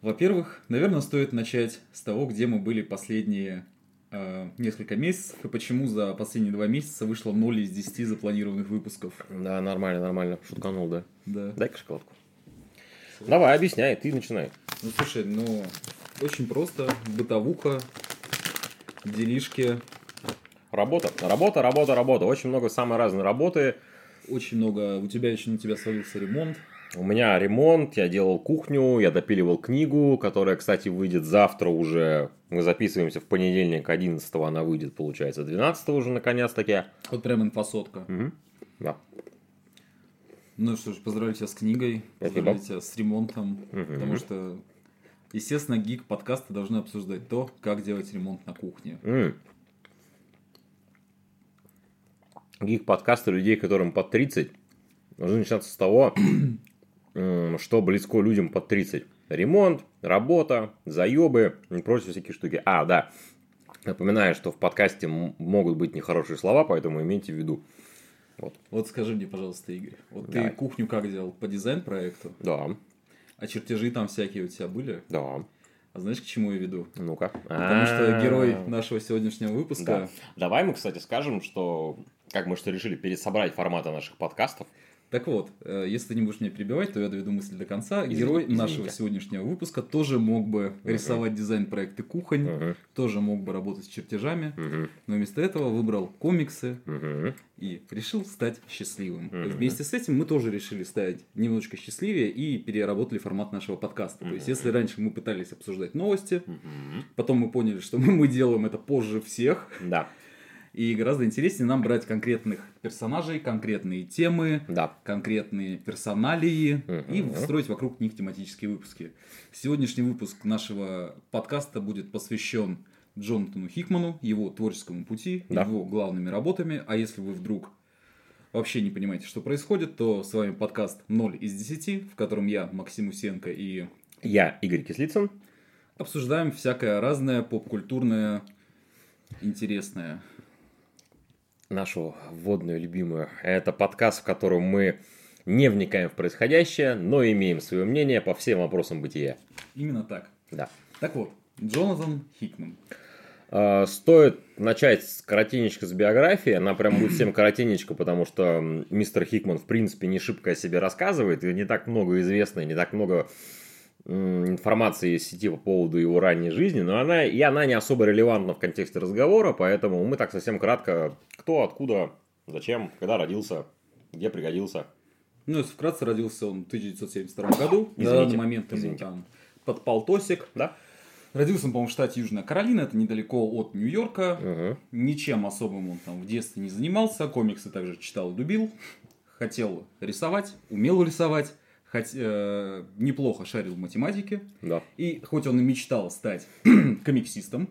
Во-первых, наверное, стоит начать с того, где мы были последние несколько месяцев, и почему за последние 2 месяца вышло 0 из 10 запланированных выпусков. Да, нормально. Шутканул, да. Да. Дай-ка шоколадку. Давай, объясняй, ты начинай. Ну, слушай, очень просто. Бытовуха, делишки. Работа. Очень много самой разной работы. Очень много. У тебя свалился ремонт. У меня ремонт, я делал кухню, я допиливал книгу, которая, кстати, выйдет завтра уже. Мы записываемся в понедельник, 11-го она выйдет, получается, 12-го уже наконец-таки. Вот прям инфосотка. Угу. Да. Ну что ж, поздравляю тебя с книгой, поздравляю тебя с ремонтом, потому что, естественно, гик-подкасты должны обсуждать то, как делать ремонт на кухне. Гик-подкасты людей, которым под 30, должны начинаться с того, что близко людям под 30. Ремонт, работа, заебы и прочие всякие штуки. Да. Напоминаю, что в подкасте могут быть нехорошие слова, поэтому имейте в виду. Вот скажи мне, пожалуйста, Игорь, ты кухню как делал? По дизайн-проекту? Да. А чертежи там всякие у тебя были? Да. А знаешь, к чему я веду? Ну-ка. Потому что герой нашего сегодняшнего выпуска... Да. Давай мы, кстати, скажем, что решили пересобрать форматы наших подкастов. Так вот, если ты не будешь меня перебивать, то я доведу мысль до конца. Герой нашего сегодняшнего выпуска тоже мог бы рисовать дизайн-проекты кухонь, тоже мог бы работать с чертежами, но вместо этого выбрал комиксы и решил стать счастливым. Вместе с этим мы тоже решили стать немножечко счастливее и переработали формат нашего подкаста. То есть, если раньше мы пытались обсуждать новости, потом мы поняли, что мы делаем это позже всех. Да. И гораздо интереснее нам брать конкретных персонажей, конкретные темы, конкретные персоналии и строить вокруг них тематические выпуски. Сегодняшний выпуск нашего подкаста будет посвящен Джонатану Хикману, его творческому пути, его главными работами. А если вы вдруг вообще не понимаете, что происходит, то с вами подкаст 0 из 10, в котором я, Максим Усенко, и я, Игорь Кислицын, обсуждаем всякое разное, поп-культурное, интересное. Нашу вводную любимую. Это подкаст, в котором мы не вникаем в происходящее, но имеем свое мнение по всем вопросам бытия. Именно так. Да. Так вот, Джонатан Хикман. Стоит начать коротенечко с биографии. Она прям будет всем коротенечко, потому что мистер Хикман в принципе не шибко о себе рассказывает. И не так много известно, не так много информации из сети по поводу его ранней жизни, но она не особо релевантна в контексте разговора, поэтому мы так совсем кратко: кто, откуда, зачем, когда родился, где пригодился. Ну, если вкратце, родился он в 1972 году. На данный момент ему там под полтосик. Да. Родился он, по-моему, в штате Южная Каролина, это недалеко от Нью-Йорка. Ничем особым он там в детстве не занимался, комиксы также читал и любил, хотел рисовать, умел рисовать. Неплохо шарил в математике. Да. И хоть он и мечтал стать комиксистом,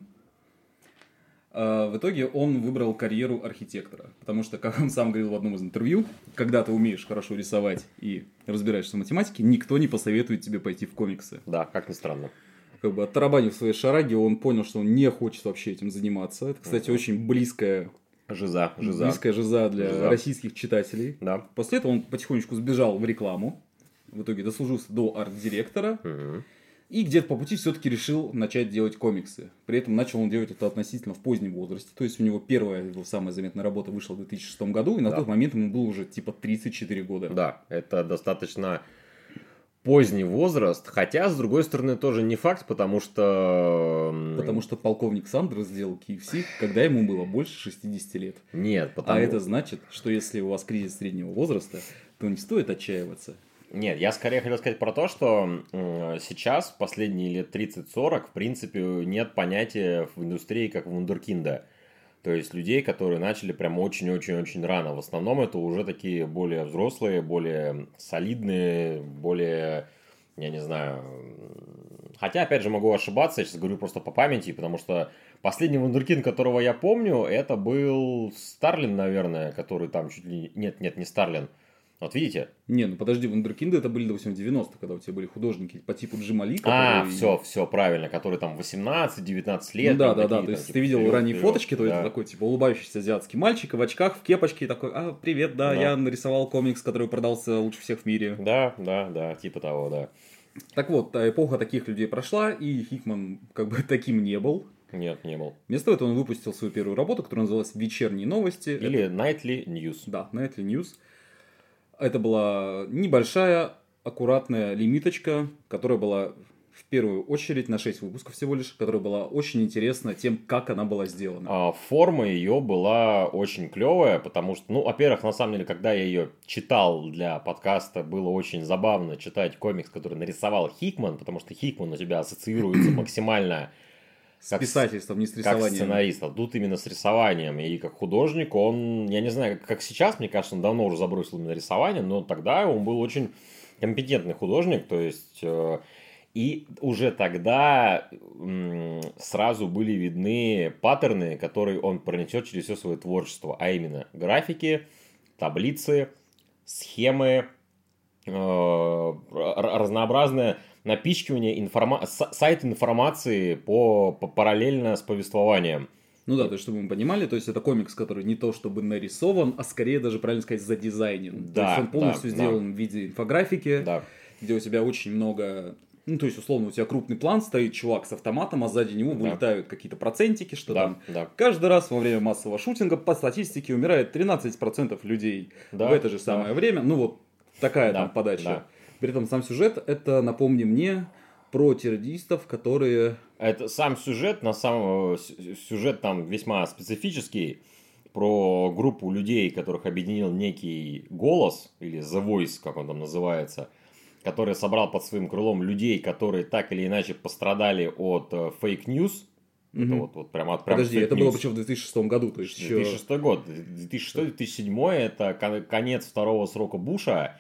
в итоге он выбрал карьеру архитектора. Потому что, как он сам говорил в одном из интервью, когда ты умеешь хорошо рисовать и разбираешься в математике, никто не посоветует тебе пойти в комиксы. Да, как ни странно. Оттарабанив свои шараги, он понял, что он не хочет вообще этим заниматься. Это, кстати, очень близкая жиза для российских читателей. Да. После этого он потихонечку сбежал в рекламу. В итоге дослужился до арт-директора. И где-то по пути все-таки решил начать делать комиксы. При этом начал он делать это относительно в позднем возрасте. То есть у него первая, его самая заметная работа вышла в 2006 году. И на тот момент ему было уже типа 34 года. Да, это достаточно поздний возраст. Хотя, с другой стороны, тоже не факт, потому что полковник Сандерс сделал KFC, когда ему было больше 60 лет. Нет, А это значит, что если у вас кризис среднего возраста, то не стоит отчаиваться. Нет, я скорее хотел сказать про то, что сейчас, последние лет 30-40, в принципе, нет понятия в индустрии как вундеркинда. То есть людей, которые начали прям очень-очень-очень рано. В основном это уже такие более взрослые, более солидные, более, я не знаю... Хотя, опять же, могу ошибаться, я сейчас говорю просто по памяти, потому что последний вундеркинд, которого я помню, это был Старлин, наверное, который там чуть ли... Нет, не Старлин. Вот видите? Не, ну подожди, вундеркинды это были, допустим, в 90-х, когда у тебя были художники по типу Джима Ли, которые... все правильно, которые там 18-19 лет. Ну да, то есть типа, ты видел ранние фоточки, то это такой, типа, улыбающийся азиатский мальчик в очках, в кепочке, такой: привет, я нарисовал комикс, который продался лучше всех в мире. Да, типа того, да. Так вот, эпоха таких людей прошла, и Хикман как бы таким не был. Нет, не был. Вместо этого он выпустил свою первую работу, которая называлась «Вечерние новости». Или Nightly News. Да, Nightly News. Это была небольшая, аккуратная лимиточка, которая была в первую очередь на 6 выпусков всего лишь, которая была очень интересна тем, как она была сделана. Форма ее была очень клевая, потому что, ну, во-первых, на самом деле, когда я ее читал для подкаста, было очень забавно читать комикс, который нарисовал Хикман, потому что Хикман у тебя ассоциируется максимально с писательством, не с рисованием. Как сценарист, а тут именно с рисованием. И как художник он, я не знаю, как сейчас, мне кажется, он давно уже забросил именно рисование, но тогда он был очень компетентный художник, то есть... И уже тогда сразу были видны паттерны, которые он пронесет через все свое творчество, а именно графики, таблицы, схемы, разнообразное напичкивание сайт информации параллельно с повествованием. Ну да, то есть, чтобы мы понимали, то есть это комикс, который не то чтобы нарисован, а скорее даже, правильно сказать, задизайнен. Да, то есть он полностью сделан в виде инфографики, где у тебя очень много... Ну, то есть, условно, у тебя крупный план, стоит чувак с автоматом, а сзади него вылетают какие-то процентики, что там каждый раз во время массового шутинга по статистике умирает 13% людей в это же самое время. Ну, вот такая там подача. При этом сам сюжет, это, напомни мне, про террористов, которые... Это сам сюжет, сюжет там весьма специфический, про группу людей, которых объединил некий голос, или The Voice, как он там называется, который собрал под своим крылом людей, которые так или иначе пострадали от фейк-ньюс. Это вот прям от Подожди, это было причем в 2006 году. То есть 2006 год. 2006-2007 это конец второго срока Буша.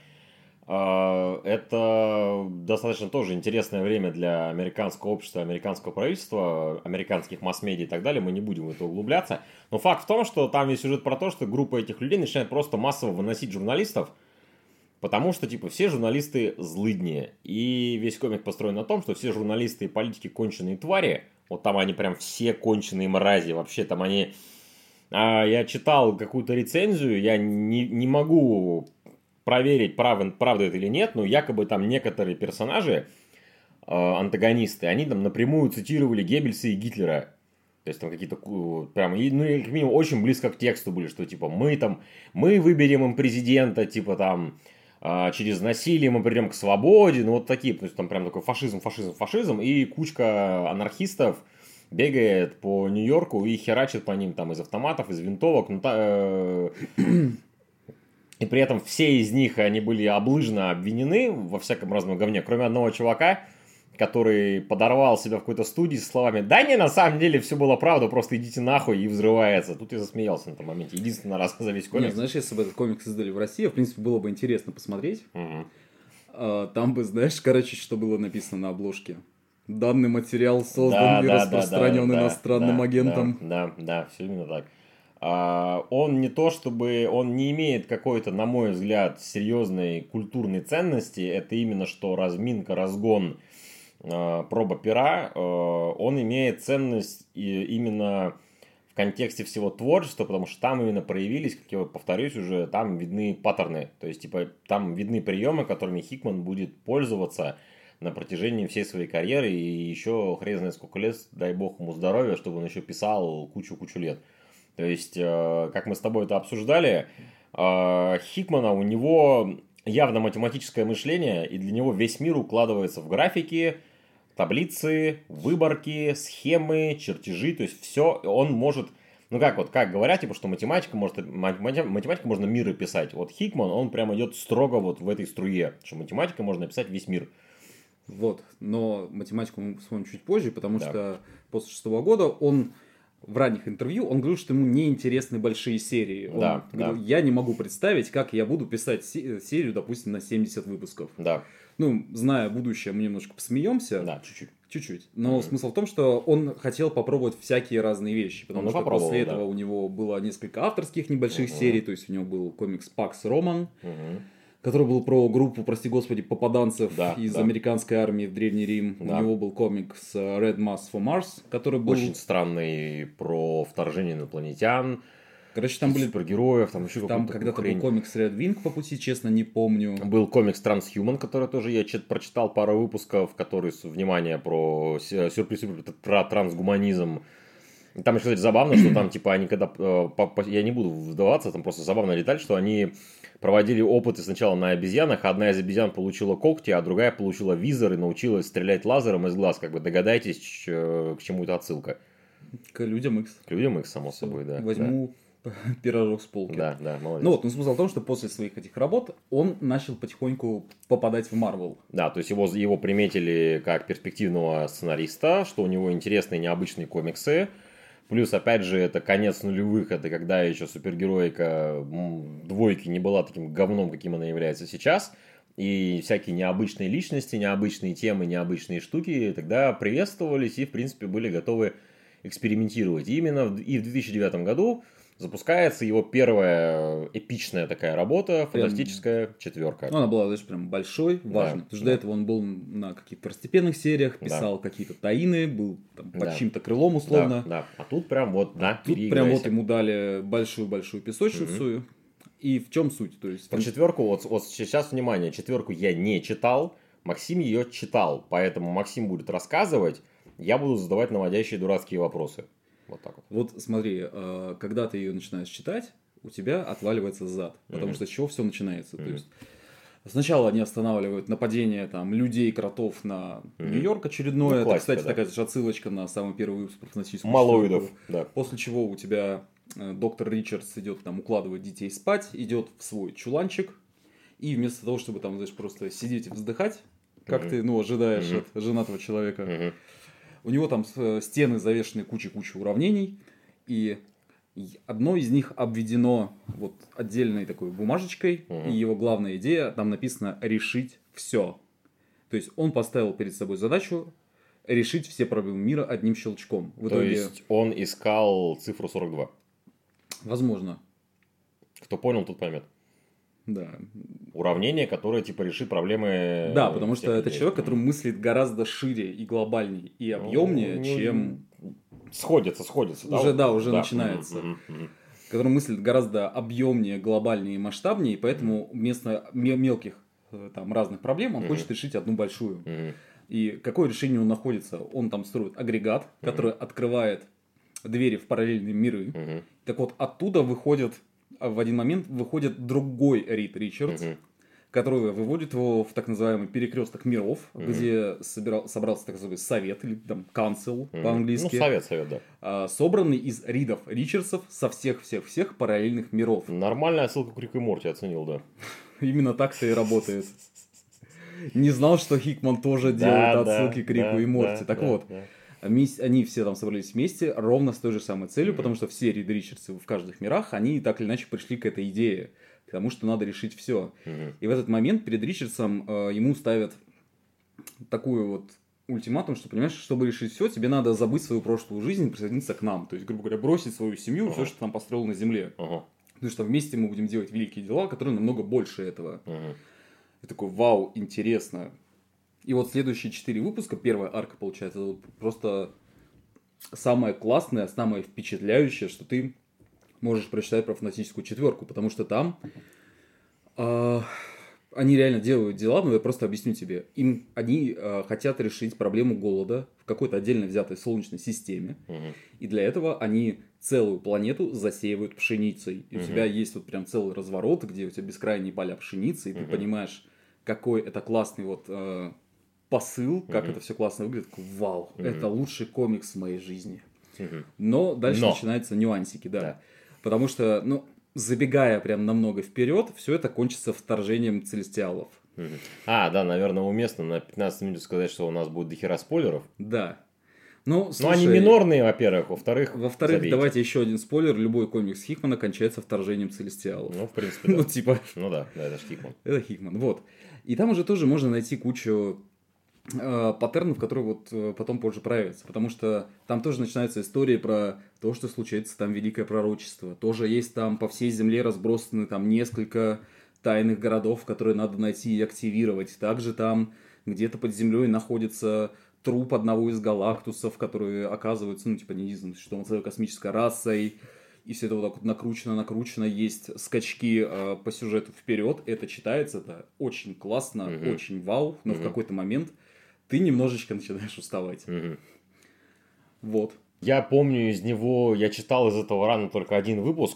Это достаточно тоже интересное время для американского общества, американского правительства, американских масс-медиа и так далее. Мы не будем в это углубляться. Но факт в том, что там есть сюжет про то, что группа этих людей начинает просто массово выносить журналистов. Потому что, типа, все журналисты злыдни. И весь комик построен на том, что все журналисты и политики конченые твари. Вот там они прям все конченые мрази. Вообще там они... Я читал какую-то рецензию, я не могу проверить, правда это или нет, но якобы там некоторые персонажи, антагонисты, они там напрямую цитировали Геббельса и Гитлера. То есть там какие-то прям, ну, как минимум, очень близко к тексту были, что типа мы выберем им президента, типа там... через насилие мы придем к свободе, ну вот такие, то есть там прям такой фашизм, и кучка анархистов бегает по Нью-Йорку и херачит по ним там из автоматов, из винтовок, и при этом все из них, они были облыжно обвинены во всяком разном говне, кроме одного чувака, который подорвал себя в какой-то студии со словами: да не, на самом деле все было правда, просто идите нахуй, и взрывается. Тут я засмеялся на том моменте. Единственный раз за весь комикс. Нет, знаешь, если бы этот комикс создали в России, в принципе, было бы интересно посмотреть. Там бы, знаешь, короче, что было написано на обложке. Данный материал создан и распространен иностранным агентом. Да, все именно так. Он не то чтобы, он не имеет какой-то, на мой взгляд, серьезной культурной ценности. Это именно что разминка, разгон, проба пера, он имеет ценность именно в контексте всего творчества, потому что там именно проявились, как я вот повторюсь уже, там видны паттерны, то есть типа там видны приемы, которыми Хикман будет пользоваться на протяжении всей своей карьеры, и еще хрен знает сколько лет, дай бог ему здоровья, чтобы он еще писал кучу лет. То есть, как мы с тобой это обсуждали, Хикмана, у него явно математическое мышление, и для него весь мир укладывается в графики, таблицы, выборки, схемы, чертежи, то есть все он может, ну как говорят, типа, что математика можно мир описать. Вот Хикман, он прямо идет строго вот в этой струе, что математика можно описать весь мир. Вот, но математику мы вспомним чуть позже, потому что после 6-го года он в ранних интервью он говорил, что ему неинтересны большие серии. Он говорил, я не могу представить, как я буду писать серию, допустим, на 70 выпусков. Да. Ну, зная будущее, мы немножко посмеемся. Да, чуть-чуть. Но смысл в том, что он хотел попробовать всякие разные вещи. Потому что после этого у него было несколько авторских небольших серий. То есть у него был комикс Пакс Роман, который был про группу, прости господи, попаданцев из американской армии в Древний Рим. У него был комикс Red Mass for Mars, который был... Очень странный, про вторжение инопланетян. Короче, там были супергероев, там еще там когда-то был комикс Red Wing по пути, честно, не помню. Был комикс Transhuman, который тоже я прочитал пару выпусков, который, внимание, про сюрприз, про трансгуманизм. Там еще, кстати, забавно, что там, типа, они когда... Я не буду вдаваться, там просто забавная деталь, что они проводили опыты сначала на обезьянах, одна из обезьян получила когти, а другая получила визор и научилась стрелять лазером из глаз. Как бы догадайтесь, к чему это отсылка. К Людям Икс. К Людям Икс, само собой, да. Возьму пирожок с полки. Да, молодец. Ну вот, смысл в том, что после своих этих работ он начал потихоньку попадать в Марвел. Да, то есть его приметили как перспективного сценариста, что у него интересные необычные комиксы. Плюс, опять же, это конец нулевых, это когда еще супергероика двойки не была таким говном, каким она является сейчас. И всякие необычные личности, необычные темы, необычные штуки тогда приветствовались и, в принципе, были готовы экспериментировать. И именно в 2009 году запускается его первая эпичная такая работа, фантастическая четверка. Она была, знаешь, прям большой, важной. Да, Потому что до этого он был на каких-то второстепенных сериях, писал какие-то таины, был там, под чьим-то крылом условно. Да. А тут прям вот, тут прям вот ему дали большую-большую песочницу. И в чем суть? То есть, про четверку, вот сейчас, внимание, четверку я не читал, Максим ее читал. Поэтому Максим будет рассказывать, я буду задавать наводящие дурацкие вопросы. Вот так вот. Вот смотри, когда ты ее начинаешь читать, у тебя отваливается зад. Потому что с чего все начинается. То есть, сначала они останавливают нападение там, людей, кротов на Нью-Йорк очередное. Ну, это, кстати, да. такая же отсылочка на самый первый выпуск фантастического Малоидов, да. После чего у тебя доктор Ричардс идет там укладывать детей спать, идет в свой чуланчик. И вместо того, чтобы там, знаешь, просто сидеть и вздыхать, как ты, ожидаешь от женатого человека, у него там стены завешены кучей уравнений, и одно из них обведено вот отдельной такой бумажечкой, и его главная идея, там написано «решить все». То есть, он поставил перед собой задачу решить все проблемы мира одним щелчком. То есть, он искал цифру 42? Возможно. Кто понял, тот поймет. Да. Уравнение, которое типа решит проблемы. Да, потому что это человек, который мыслит гораздо шире и глобальнее и объемнее, чем. Сходится. Уже начинается. Который мыслит гораздо объемнее, глобальнее и масштабнее, и поэтому вместо мелких там разных проблем он хочет решить одну большую. И какое решение он находится? Он там строит агрегат, который открывает двери в параллельные миры. Так вот, оттуда в один момент выходит другой Рид Ричардс, который выводит его в так называемый перекресток миров, где собрался так называемый совет, или там council по-английски. Ну, совет, да. Собранный из Ридов Ричардсов со всех параллельных миров. Нормальная отсылка к Рику и Морти, оценил, да. Именно так-то и работает. Не знал, что Хикман тоже делает отсылки к Рику и Морти. Так вот. Они все там собрались вместе ровно с той же самой целью, потому что все Рид Ричардсы в каждых мирах, они так или иначе пришли к этой идее, к тому, что надо решить все. И в этот момент перед Ричардсом ему ставят такую вот ультиматум, что, понимаешь, чтобы решить все, тебе надо забыть свою прошлую жизнь и присоединиться к нам. То есть, грубо говоря, бросить свою семью, все, что там построил на земле. Потому что вместе мы будем делать великие дела, которые намного больше этого. И такой, вау, интересно. И вот следующие 4 выпуска, первая арка, получается, это вот просто самое классное, самое впечатляющее, что ты можешь прочитать про фантастическую четверку, потому что там они реально делают дела, но я просто объясню тебе. Они хотят решить проблему голода в какой-то отдельно взятой солнечной системе, и для этого они целую планету засеивают пшеницей. И у тебя есть вот прям целый разворот, где у тебя бескрайние поля пшеницы, и ты понимаешь, какой это классный вот посыл, как это все классно выглядит. Вау, это лучший комикс в моей жизни. Но дальше начинаются нюансики, да. Потому что, забегая прям намного вперед, все это кончится вторжением целестиалов. Да, наверное, уместно на 15 минут сказать, что у нас будет дохера спойлеров. Да. Слушай, они минорные, во-первых. Во-вторых, давайте еще один спойлер. Любой комикс Хикмана кончается вторжением целестиалов. В принципе, да. Да, это же Хикман. Это Хикман, вот. И там уже тоже можно найти кучу паттернов, которые вот потом позже проявятся. Потому что там тоже начинается история про то, что случается там великое пророчество. Тоже есть там по всей земле разбросаны там несколько тайных городов, которые надо найти и активировать. Также там где-то под землей находится труп одного из галактусов, которые оказываются, неизвестно, что он целой космической расой. и все это вот так вот накручено, есть скачки по сюжету вперед, это читается, это очень классно, очень вау, но в какой-то момент ты немножечко начинаешь уставать. Вот. Я помню из него, я читал из этого рана только один выпуск,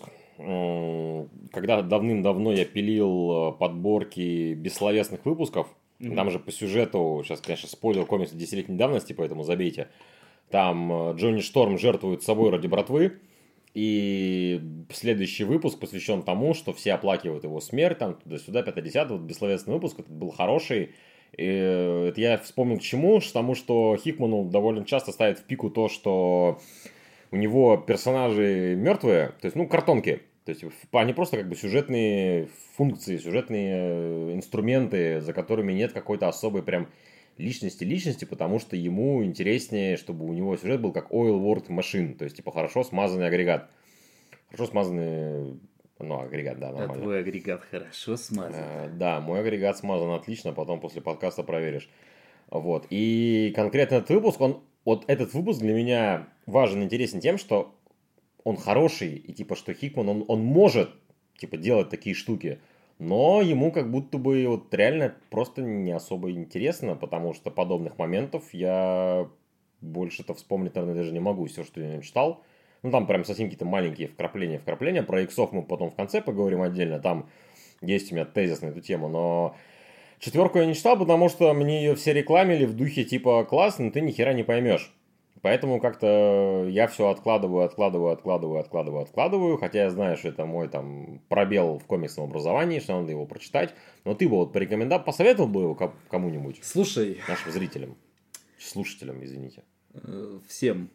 когда давным-давно я пилил подборки бессловесных выпусков. Там же по сюжету, сейчас, конечно, спойлер, комикс 10-летней давности, поэтому забейте. Там Джонни Шторм жертвует собой ради братвы. И следующий выпуск посвящен тому, что все оплакивают его смерть, там туда-сюда, 5-10, вот бессловесный выпуск, это был хороший. И это я вспомнил к чему, потому что Хикману довольно часто ставит в пику то, что у него персонажи мертвые, то есть, картонки. То есть, они просто как бы сюжетные функции, сюжетные инструменты, за которыми нет какой-то особой прям личности, потому что ему интереснее, чтобы у него сюжет был как Oil World Machine, то есть, типа, хорошо смазанный агрегат. Хорошо смазанный, агрегат, да, нормально. А твой агрегат хорошо смазан. Да, мой агрегат смазан отлично, потом после подкаста проверишь. Вот, и конкретно этот выпуск, этот выпуск для меня важен, интересен тем, что он хороший, и типа, что Хикман, он может, типа, делать такие штуки, но ему как будто бы вот реально просто не особо интересно, потому что подобных моментов я больше-то вспомнить, наверное, даже не могу, все, что я читал. Там прям совсем какие-то маленькие вкрапления. Про иксов мы потом в конце поговорим отдельно, там есть у меня тезис на эту тему, но 4 я не читал, потому что мне ее все рекламили в духе типа классно, но ты ни хера не поймешь. Поэтому как-то я все откладываю, хотя я знаю, что это мой там пробел в комиксном образовании, что надо его прочитать. Но ты бы вот посоветовал бы его кому-нибудь? Слушай. Нашим зрителям. Слушателям, извините. Всем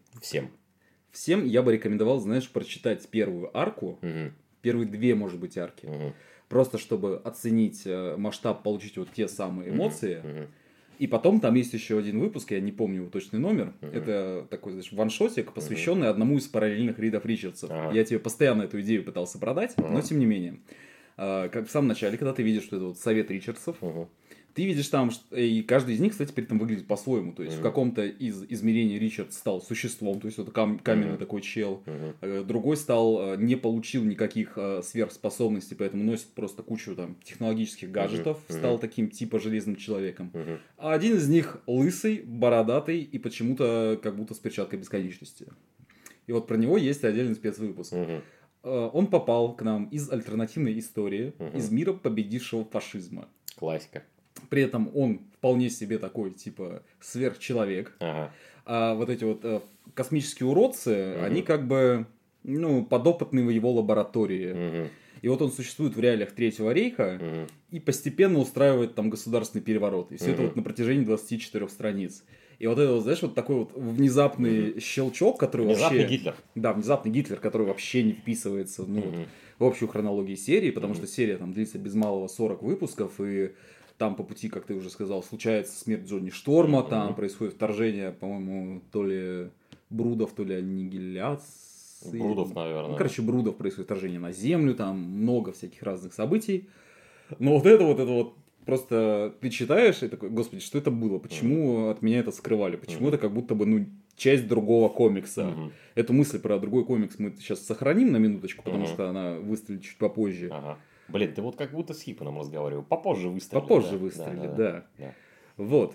я бы рекомендовал, знаешь, прочитать первую арку, первые 2, может быть, арки. Просто чтобы оценить масштаб, получить вот те самые эмоции. И потом там есть еще один выпуск, я не помню его точный номер. Это такой, знаешь, ваншотик, посвященный одному из параллельных Ридов Ричардсов. Я тебе постоянно эту идею пытался продать, но тем не менее. Как в самом начале, когда ты видишь, что это вот совет Ричардсов, ты видишь там, и каждый из них, кстати, при этом выглядит по-своему. То есть в каком-то из измерений Ричард стал существом, то есть вот каменный такой чел. Другой не получил никаких сверхспособностей, поэтому носит просто кучу там технологических гаджетов, стал таким типа железным человеком. А один из них лысый, бородатый и почему-то как будто с перчаткой бесконечности. И вот про него есть отдельный спецвыпуск. Он попал к нам из альтернативной истории, из мира победившего фашизма. Классика. При этом он вполне себе такой, типа, сверхчеловек. А вот эти вот космические уродцы, они как бы, подопытные в его лаборатории. И вот он существует в реалиях Третьего рейха и постепенно устраивает там государственный переворот. И все это вот на протяжении 24 страниц. И вот это, вот, знаешь, вот такой вот внезапный щелчок, который внезапный Гитлер. Да, внезапный Гитлер, который вообще не вписывается в общую хронологию серии, потому что серия там длится без малого 40 выпусков, и там по пути, как ты уже сказал, случается смерть Джонни Шторма, там происходит вторжение, по-моему, то ли Брудов, то ли аннигиляции. Брудов, наверное. Брудов, происходит вторжение на Землю, там много всяких разных событий. Но вот это просто ты читаешь и такой, господи, что это было? Почему от меня это скрывали? Почему это как будто бы, часть другого комикса? Эту мысль про другой комикс мы сейчас сохраним на минуточку, потому что она выстрелит чуть попозже. Блин, ты вот как будто с Хипманом разговаривал. Попозже выстрелили. Попозже выстрелили, да. Вот.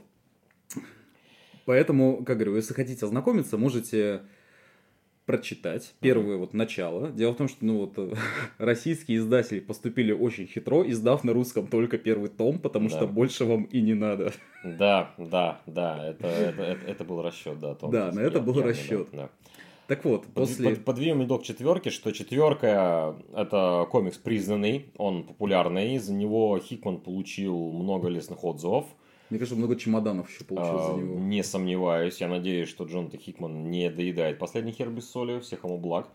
Поэтому, как говорю, если хотите ознакомиться, можете прочитать первое вот начало. Дело в том, что российские издатели поступили очень хитро, издав на русском только первый том, потому что больше вам и не надо. Да, это был расчет, да. Да, на это был расчет. Так вот, подведем итог 4, что 4 это комикс признанный, он популярный, за него Хикман получил много лестных отзывов. Мне кажется, много чемоданов еще получил за него. Не сомневаюсь, я надеюсь, что Джонатан Хикман не доедает последний хер без соли, всех ему благ.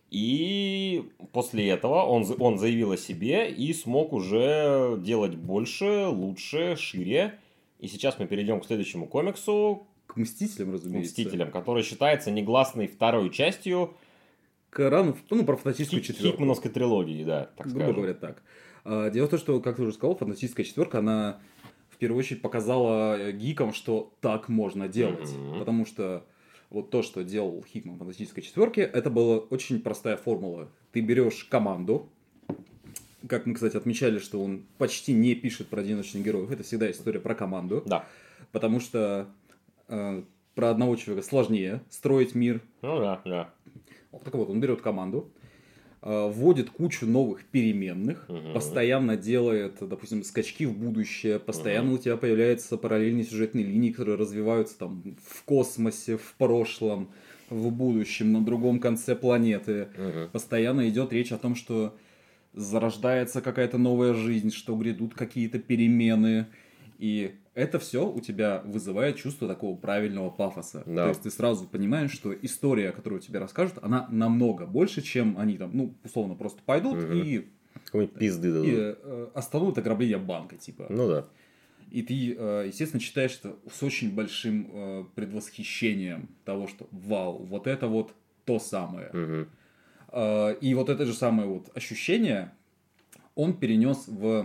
И после этого он заявил о себе и смог уже делать больше, лучше, шире. И сейчас мы перейдем к следующему комиксу. К Мстителям, разумеется. К Мстителям, который считается негласной второй частью к рану, про фантастическую четверку. Хикмановской трилогии, да, так грубо говоря, так. Дело в том, что, как ты уже сказал, фантастическая четверка, она в первую очередь показала гикам, что так можно делать. Потому что вот то, что делал Хикман в «Фантастической четверке», это была очень простая формула. Ты берешь команду, как мы, кстати, отмечали, что он почти не пишет про одиночных героев, это всегда история про команду. Да. Потому что про одного человека сложнее строить мир. Ну да. Так вот, он берет команду, вводит кучу новых переменных, постоянно делает, допустим, скачки в будущее, постоянно у тебя появляются параллельные сюжетные линии, которые развиваются там в космосе, в прошлом, в будущем, на другом конце планеты. Постоянно идет речь о том, что зарождается какая-то новая жизнь, что грядут какие-то перемены. И это все у тебя вызывает чувство такого правильного пафоса. Да. То есть ты сразу понимаешь, что история, которую тебе расскажут, она намного больше, чем они там, ну, условно, просто пойдут и какой-нибудь пизды дадут. И остановят ограбление банка, типа. Ну да. И ты, естественно, читаешь это с очень большим предвосхищением того, что вау, вот это вот то самое. И вот это же самое вот ощущение он перенес в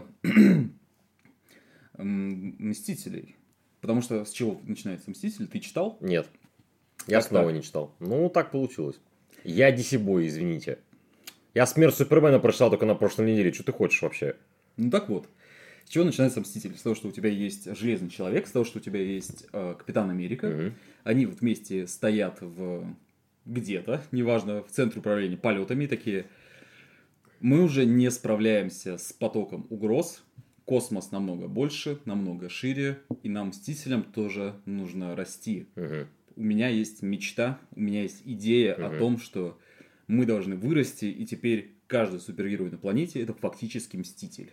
«Мстителей». Потому что с чего начинается «Мстители»? Ты читал? Нет. Я Как снова так? не читал. Ну, так получилось. Я DC-бой, извините. Я «Смерть Супермена» прочитал только на прошлой неделе. Что ты хочешь вообще? Ну так вот. С чего начинается «Мстители»? С того, что у тебя есть Железный Человек, с того, что у тебя есть Капитан Америка. Они вот вместе стоят где-то, неважно, в центре управления полетами, такие. Мы уже не справляемся с потоком угроз. Космос намного больше, намного шире, и нам, Мстителям, тоже нужно расти. У меня есть мечта, у меня есть идея о том, что мы должны вырасти, и теперь каждый супергерой на планете это фактически Мститель.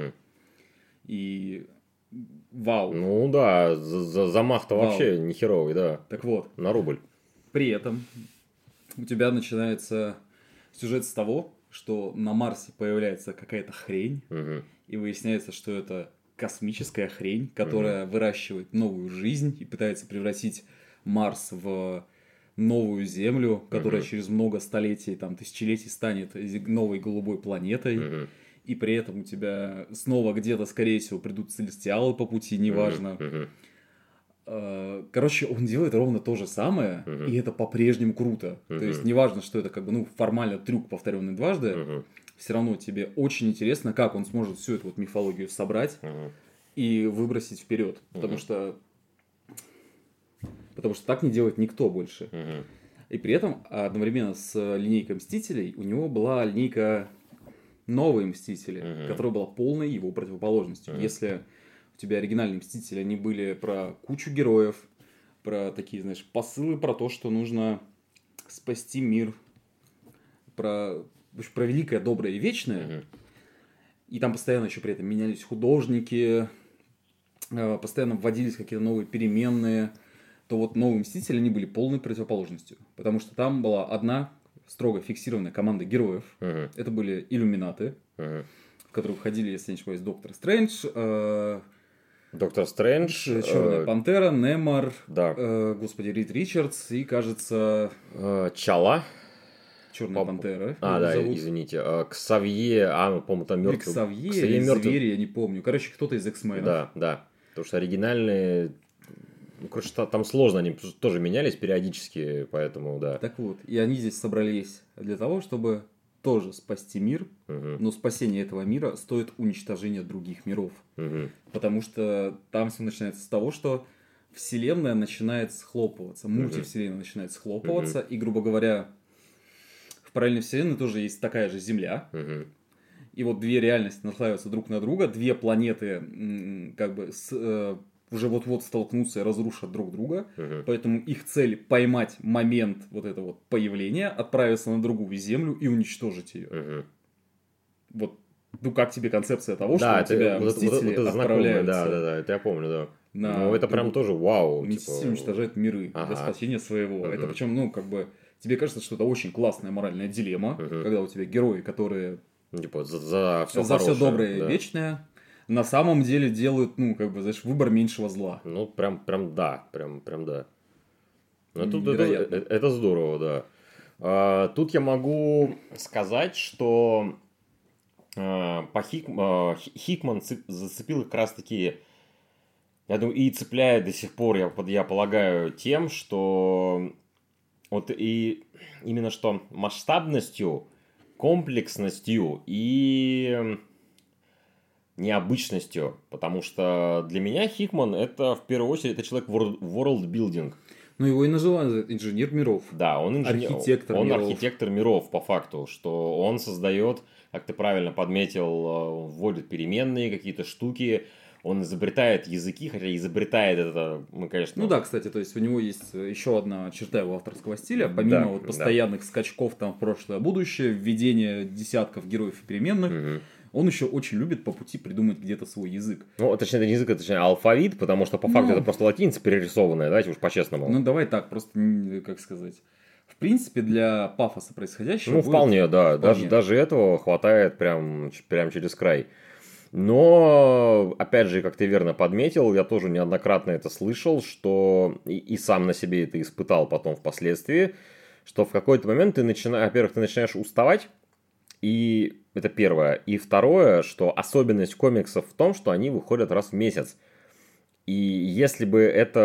И вау. Ну да, замах-то Вау. вообще нехеровый, да. Так вот, На рубль. при этом у тебя начинается сюжет с того, что на Марсе появляется какая-то хрень, и выясняется, что это космическая хрень, которая выращивает новую жизнь и пытается превратить Марс в новую Землю, которая через много столетий, там, тысячелетий станет новой голубой планетой. И при этом у тебя снова где-то, скорее всего, придут целестиалы по пути, неважно. Короче, он делает ровно то же самое, и это по-прежнему круто. То есть, неважно, что это как бы, ну, формально трюк, повторенный дважды, все равно тебе очень интересно, как он сможет всю эту вот мифологию собрать и выбросить вперед. Потому что так не делает никто больше. И при этом одновременно с линейкой Мстителей у него была линейка Новые Мстители, которая была полной его противоположностью. Если у тебя оригинальные Мстители, они были про кучу героев, про такие, знаешь, посылы про то, что нужно спасти мир, про великое, доброе и вечное. И там постоянно еще при этом менялись художники, постоянно вводились какие-то новые переменные. То вот «Новые Мстители», они были полной противоположностью. Потому что там была одна строго фиксированная команда героев. Это были иллюминаты, в которых входили, если не ошибаюсь, Доктор Стрэндж, Черная Пантера, Немор, господи, Рид Ричардс и, кажется... Чала. Черная Пантера. Да, извините. Ксавье, по-моему, там мертвый. Ксавье, Звери, я не помню. Короче, кто-то из X-менов. Да. Потому что оригинальные... Ну, короче, там сложно, они тоже менялись периодически, поэтому, да. Так вот, и они здесь собрались для того, чтобы тоже спасти мир, но спасение этого мира стоит уничтожения других миров. Потому что там все начинается с того, что вселенная начинает схлопываться, мультивселенная начинает схлопываться, и, грубо говоря, в параллельной вселенной тоже есть такая же Земля. И вот две реальности наслаиваются друг на друга, две планеты как бы уже вот-вот столкнутся и разрушат друг друга. Поэтому их цель поймать момент вот этого вот появления, отправиться на другую Землю и уничтожить ее. Вот, ну как тебе концепция того, что у тебя Мстители отправляются? Да, это я помню, да. Ну это прям тоже вау. Мстители уничтожают миры для спасения своего. Это причем, ну, как бы, тебе кажется, что это очень классная моральная дилемма, когда у тебя герои, которые за все доброе и вечное, на самом деле делают, ну, как бы, знаешь, выбор меньшего зла. Ну, прям да. Но тут это здорово, да. Тут я могу сказать, что Хикман зацепил как раз таки, я думаю, и цепляет до сих пор, я полагаю, тем, что Вот и именно что масштабностью, комплексностью и необычностью. Потому что для меня Хикман это в первую очередь это человек world-building. Ну, его и называют инженер миров. Да, он инженер. Архитектор он миров. архитектор миров, по факту. Что он создает, как ты правильно подметил, вводит переменные какие-то штуки. Он изобретает языки, хотя изобретает это, мы, конечно... Ну да, кстати, то есть у него есть еще одна черта его авторского стиля, помимо вот постоянных скачков там в прошлое и будущее, введение десятков героев и переменных, он еще очень любит по пути придумать где-то свой язык. Ну, точнее, это не язык, это точнее алфавит, потому что по факту это просто латиница перерисованная, давайте уж по-честному. Ну, давай так, просто, как сказать... В принципе, для пафоса происходящего... Ну, вполне, да. Вполне. Даже этого хватает прям через край. Но, опять же, как ты верно подметил, я тоже неоднократно это слышал, что и сам на себе это испытал потом впоследствии, что в какой-то момент ты начинаешь уставать, и это первое. И второе, что особенность комиксов в том, что они выходят раз в месяц. И если бы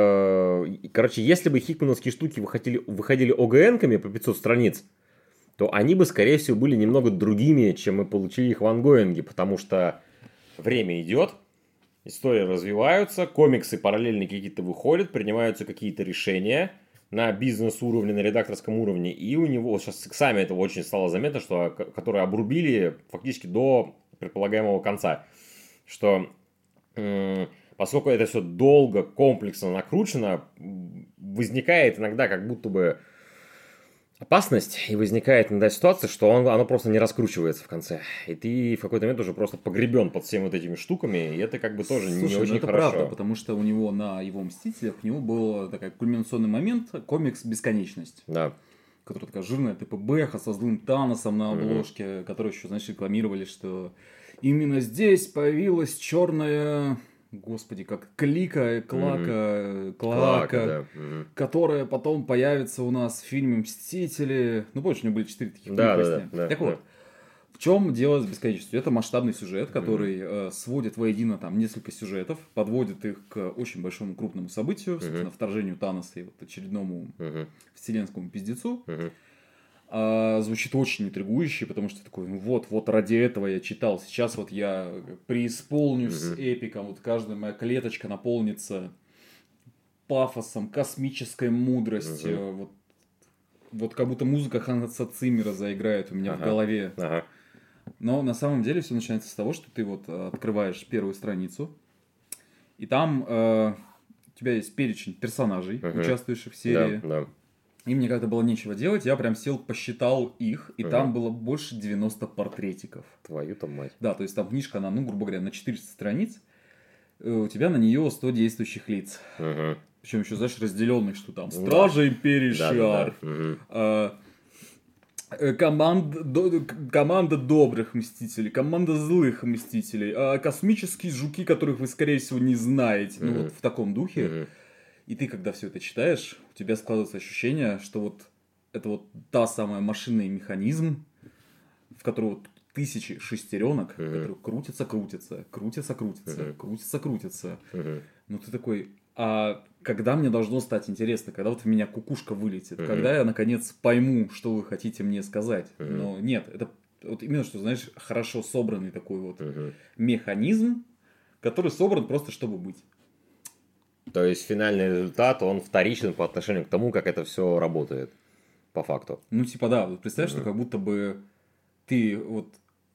если бы хикмановские штуки выходили ОГН-ками по 500 страниц, то они бы, скорее всего, были немного другими, чем мы получили их в ангоинге, потому что время идет, истории развиваются, комиксы параллельно какие-то выходят, принимаются какие-то решения на бизнес-уровне, на редакторском уровне, и у него сейчас с иксами этого очень стало заметно, что которые обрубили фактически до предполагаемого конца, что поскольку это все долго, комплексно накручено, возникает иногда как будто бы опасность, и возникает иногда ситуация, что оно просто не раскручивается в конце. И ты в какой-то момент уже просто погребен под всеми вот этими штуками, и это как бы тоже не очень это хорошо. Правда, потому что у него на его «Мстителях» у него был такой кульминационный момент, комикс «Бесконечность». Да. Которая такая жирная ТПБХа со злым Таносом на обложке, которую еще, знаешь, рекламировали, что именно здесь появилась черная... Господи, как Клака, да. которая потом появится у нас в фильме «Мстители». Ну, помнишь, у него были 4 таких да. Так вот, в чем дело с бесконечностью? Это масштабный сюжет, который сводит воедино там несколько сюжетов, подводит их к очень большому крупному событию, собственно, вторжению Таноса и вот очередному вселенскому пиздецу. Звучит очень интригующе, потому что такой, ну вот ради этого я читал, сейчас вот я преисполнюсь эпиком, вот каждая моя клеточка наполнится пафосом, космической мудростью, вот как будто музыка Ханса Циммера заиграет у меня в голове. Но на самом деле все начинается с того, что ты вот открываешь первую страницу, и там у тебя есть перечень персонажей, участвующих в серии. И мне как-то было нечего делать, я прям сел, посчитал их, и там было больше 90 портретиков. Твою-то мать. Да, то есть там книжка, она, грубо говоря, на 400 страниц, у тебя на нее 100 действующих лиц. Причем еще, знаешь, разделенных, что там Стражи Империи Шиар, команда добрых мстителей, команда злых мстителей, космические жуки, которых вы, скорее всего, не знаете. Ну, вот в таком духе. И ты, когда все это читаешь, у тебя складывается ощущение, что вот это вот та самая машина и механизм, в которой вот тысячи шестеренок, которые крутятся. Ну ты такой, а когда мне должно стать интересно, когда вот в меня кукушка вылетит, когда я наконец пойму, что вы хотите мне сказать. Но нет, это вот именно что, знаешь, хорошо собранный такой вот механизм, который собран просто чтобы быть. То есть финальный результат, он вторичен по отношению к тому, как это все работает, по факту. Ну, типа, да, вот представь, что как будто бы ты вот...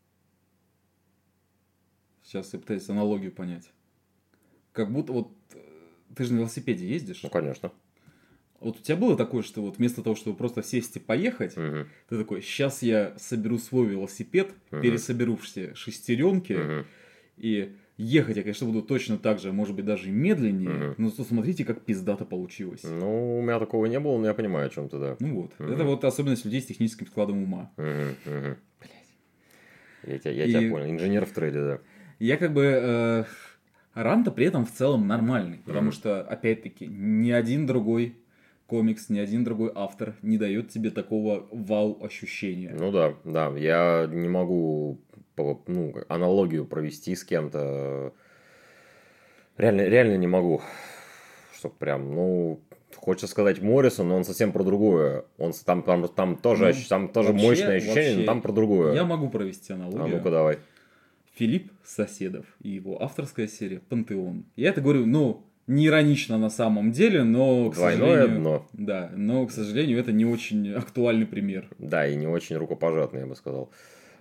Сейчас я пытаюсь аналогию понять. Как будто вот ты же на велосипеде ездишь. Ну, конечно. Вот у тебя было такое, что вот вместо того, чтобы просто сесть и поехать, ты такой, сейчас я соберу свой велосипед, пересоберу все шестеренки и... Ехать я, конечно, буду точно так же, может быть, даже и медленнее, но смотрите, как пиздато получилось. Ну, у меня такого не было, но я понимаю, о чем ты, да. Ну вот, это вот особенность людей с техническим складом ума. Блять. Я тебя понял, инженер в трейде, да. Я как бы... Ран-то при этом в целом нормальный, потому что, опять-таки, ни один другой комикс, ни один другой автор не дает тебе такого вау-ощущения. Ну да, я не могу... аналогию провести с кем-то. Реально не могу. Чтоб прям, Хочется сказать Моррисон, но он совсем про другое. Он там тоже вообще, мощное ощущение, но там про другое. Я могу провести аналогию. А ну-ка давай. Филипп Соседов и его авторская серия «Пантеон». Я это говорю, не иронично на самом деле, но, к Двойное сожалению... дно. Да, но, к сожалению, это не очень актуальный пример. Да, и не очень рукопожатный, я бы сказал.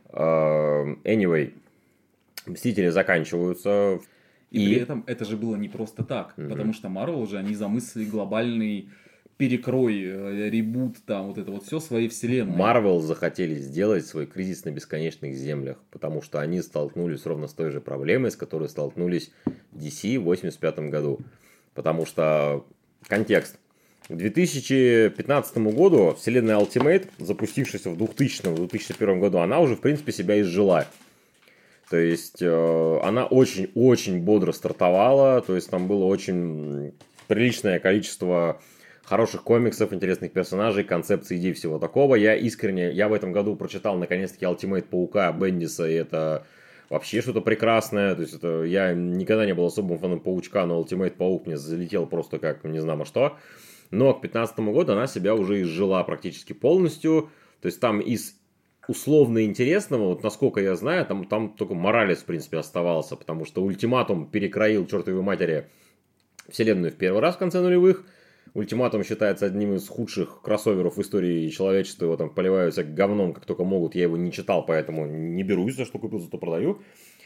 Anyway, «Мстители» заканчиваются. И при этом это же было не просто так, потому что Marvel уже, они замыслили глобальный перекрой, ребут, там, вот это вот все своей вселенной. Marvel захотели сделать свой кризис на бесконечных землях, потому что они столкнулись ровно с той же проблемой, с которой столкнулись DC в 1985 году. Потому что, контекст. К 2015 году вселенная Ultimate, запустившаяся в 2000-2001 году, она уже, в принципе, себя изжила. То есть, она очень-очень бодро стартовала, то есть, там было очень приличное количество хороших комиксов, интересных персонажей, концепций, идей, всего такого. Я в этом году прочитал, наконец-таки, Ultimate Паука Бендиса, и это вообще что-то прекрасное. То есть, я никогда не был особым фаном Паучка, но Ultimate Паук мне залетел просто как не знамо что. Но к 2015 году она себя уже изжила практически полностью. То есть, там из условно интересного, вот насколько я знаю, там только Моралес, в принципе, оставался, потому что Ультиматум перекроил, чертовой матери, вселенную в первый раз в конце нулевых. Ультиматум считается одним из худших кроссоверов в истории человечества, его там поливают всяким говном, как только могут, я его не читал, поэтому не берусь, за что купил, зато продаю.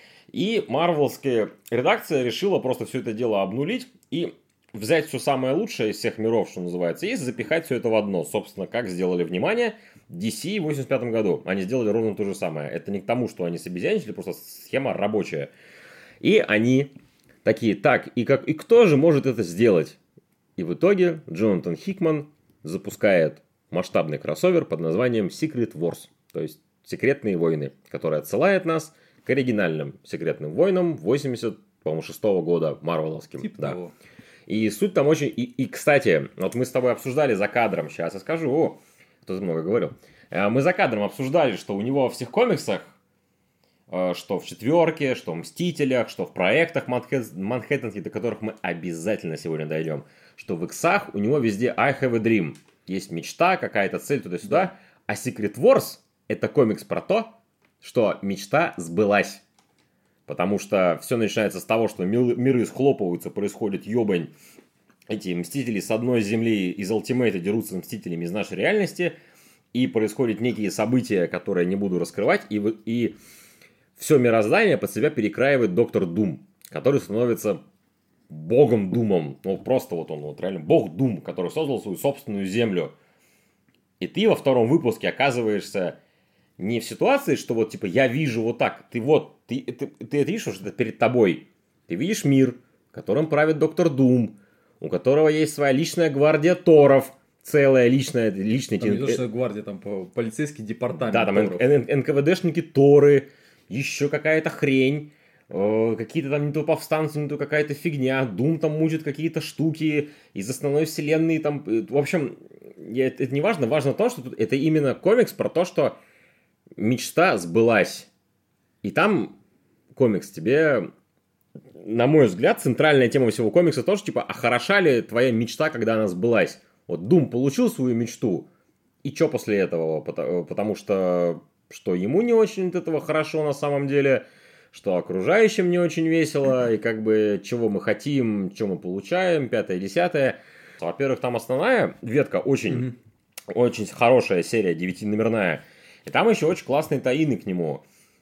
И марвелская редакция решила просто все это дело обнулить и взять все самое лучшее из всех миров, что называется, и запихать все это в одно. Собственно, как сделали, внимание, DC в 1985 году. Они сделали ровно то же самое. Это не к тому, что они собезьяничали, просто схема рабочая. И они такие, и кто же может это сделать? И в итоге Джонатан Хикман запускает масштабный кроссовер под названием Secret Wars, то есть Секретные войны, который отсылает нас к оригинальным Секретным войнам 86 года марвеловским. Типа да. того. И суть там очень... И, кстати, вот мы с тобой обсуждали за кадром, сейчас я скажу, кто-то много говорил, мы за кадром обсуждали, что у него во всех комиксах, что в «Четверке», что в «Мстителях», что в проектах Манхэттенских, до которых мы обязательно сегодня дойдем, что в «Иксах» у него везде «I have a dream». Есть мечта, какая-то цель туда-сюда. Да. А «Secret Wars» — это комикс про то, что мечта сбылась. Потому что все начинается с того, что миры схлопываются, происходит ёбань. Эти Мстители с одной земли из Ультимейта дерутся с Мстителями из нашей реальности. И происходят некие события, которые я не буду раскрывать. И все мироздание под себя перекраивает Доктор Дум, который становится богом Думом. Просто он реально бог Дум, который создал свою собственную землю. И ты во втором выпуске оказываешься не в ситуации, что я вижу вот так. Ты это видишь, что это перед тобой. Ты видишь мир, которым правит Доктор Дум, у которого есть своя личная гвардия Торов, целая личная... Там не то, что гвардия, там полицейский департамент. Да, там НКВДшники Торы, еще какая-то хрень, какие-то там не то повстанцы, не то какая-то фигня, Дум там мучит какие-то штуки из основной вселенной. Там, в общем, это не важно. Важно то, что это именно комикс про то, что мечта сбылась. И там комикс тебе, на мой взгляд, центральная тема всего комикса тоже, а хороша ли твоя мечта, когда она сбылась? Вот Дум получил свою мечту, и что после этого? Потому что ему не очень от этого хорошо на самом деле, что окружающим не очень весело, и чего мы хотим, что мы получаем, 5-10. Во-первых, там основная ветка очень хорошая серия, 9-номерная. И там еще очень классные таины к нему.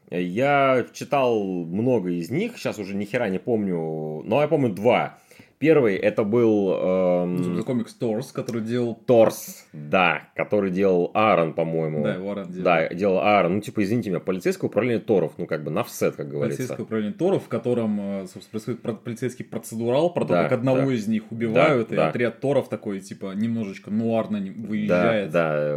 Я читал много из них, сейчас уже ни хера не помню, но я помню 2. Первый это был... комикс Торс, который делал... Торс, да, который делал Аарон, по-моему. Да, его Аарон делал. Да, делал Аарон. извините меня, полицейское управление Торов, на офсет, как говорится. Полицейское управление Торов, в котором, собственно, происходит полицейский процедурал, про то, как одного из них убивают, и отряд Торов такой, немножечко нуарно выезжает. Да,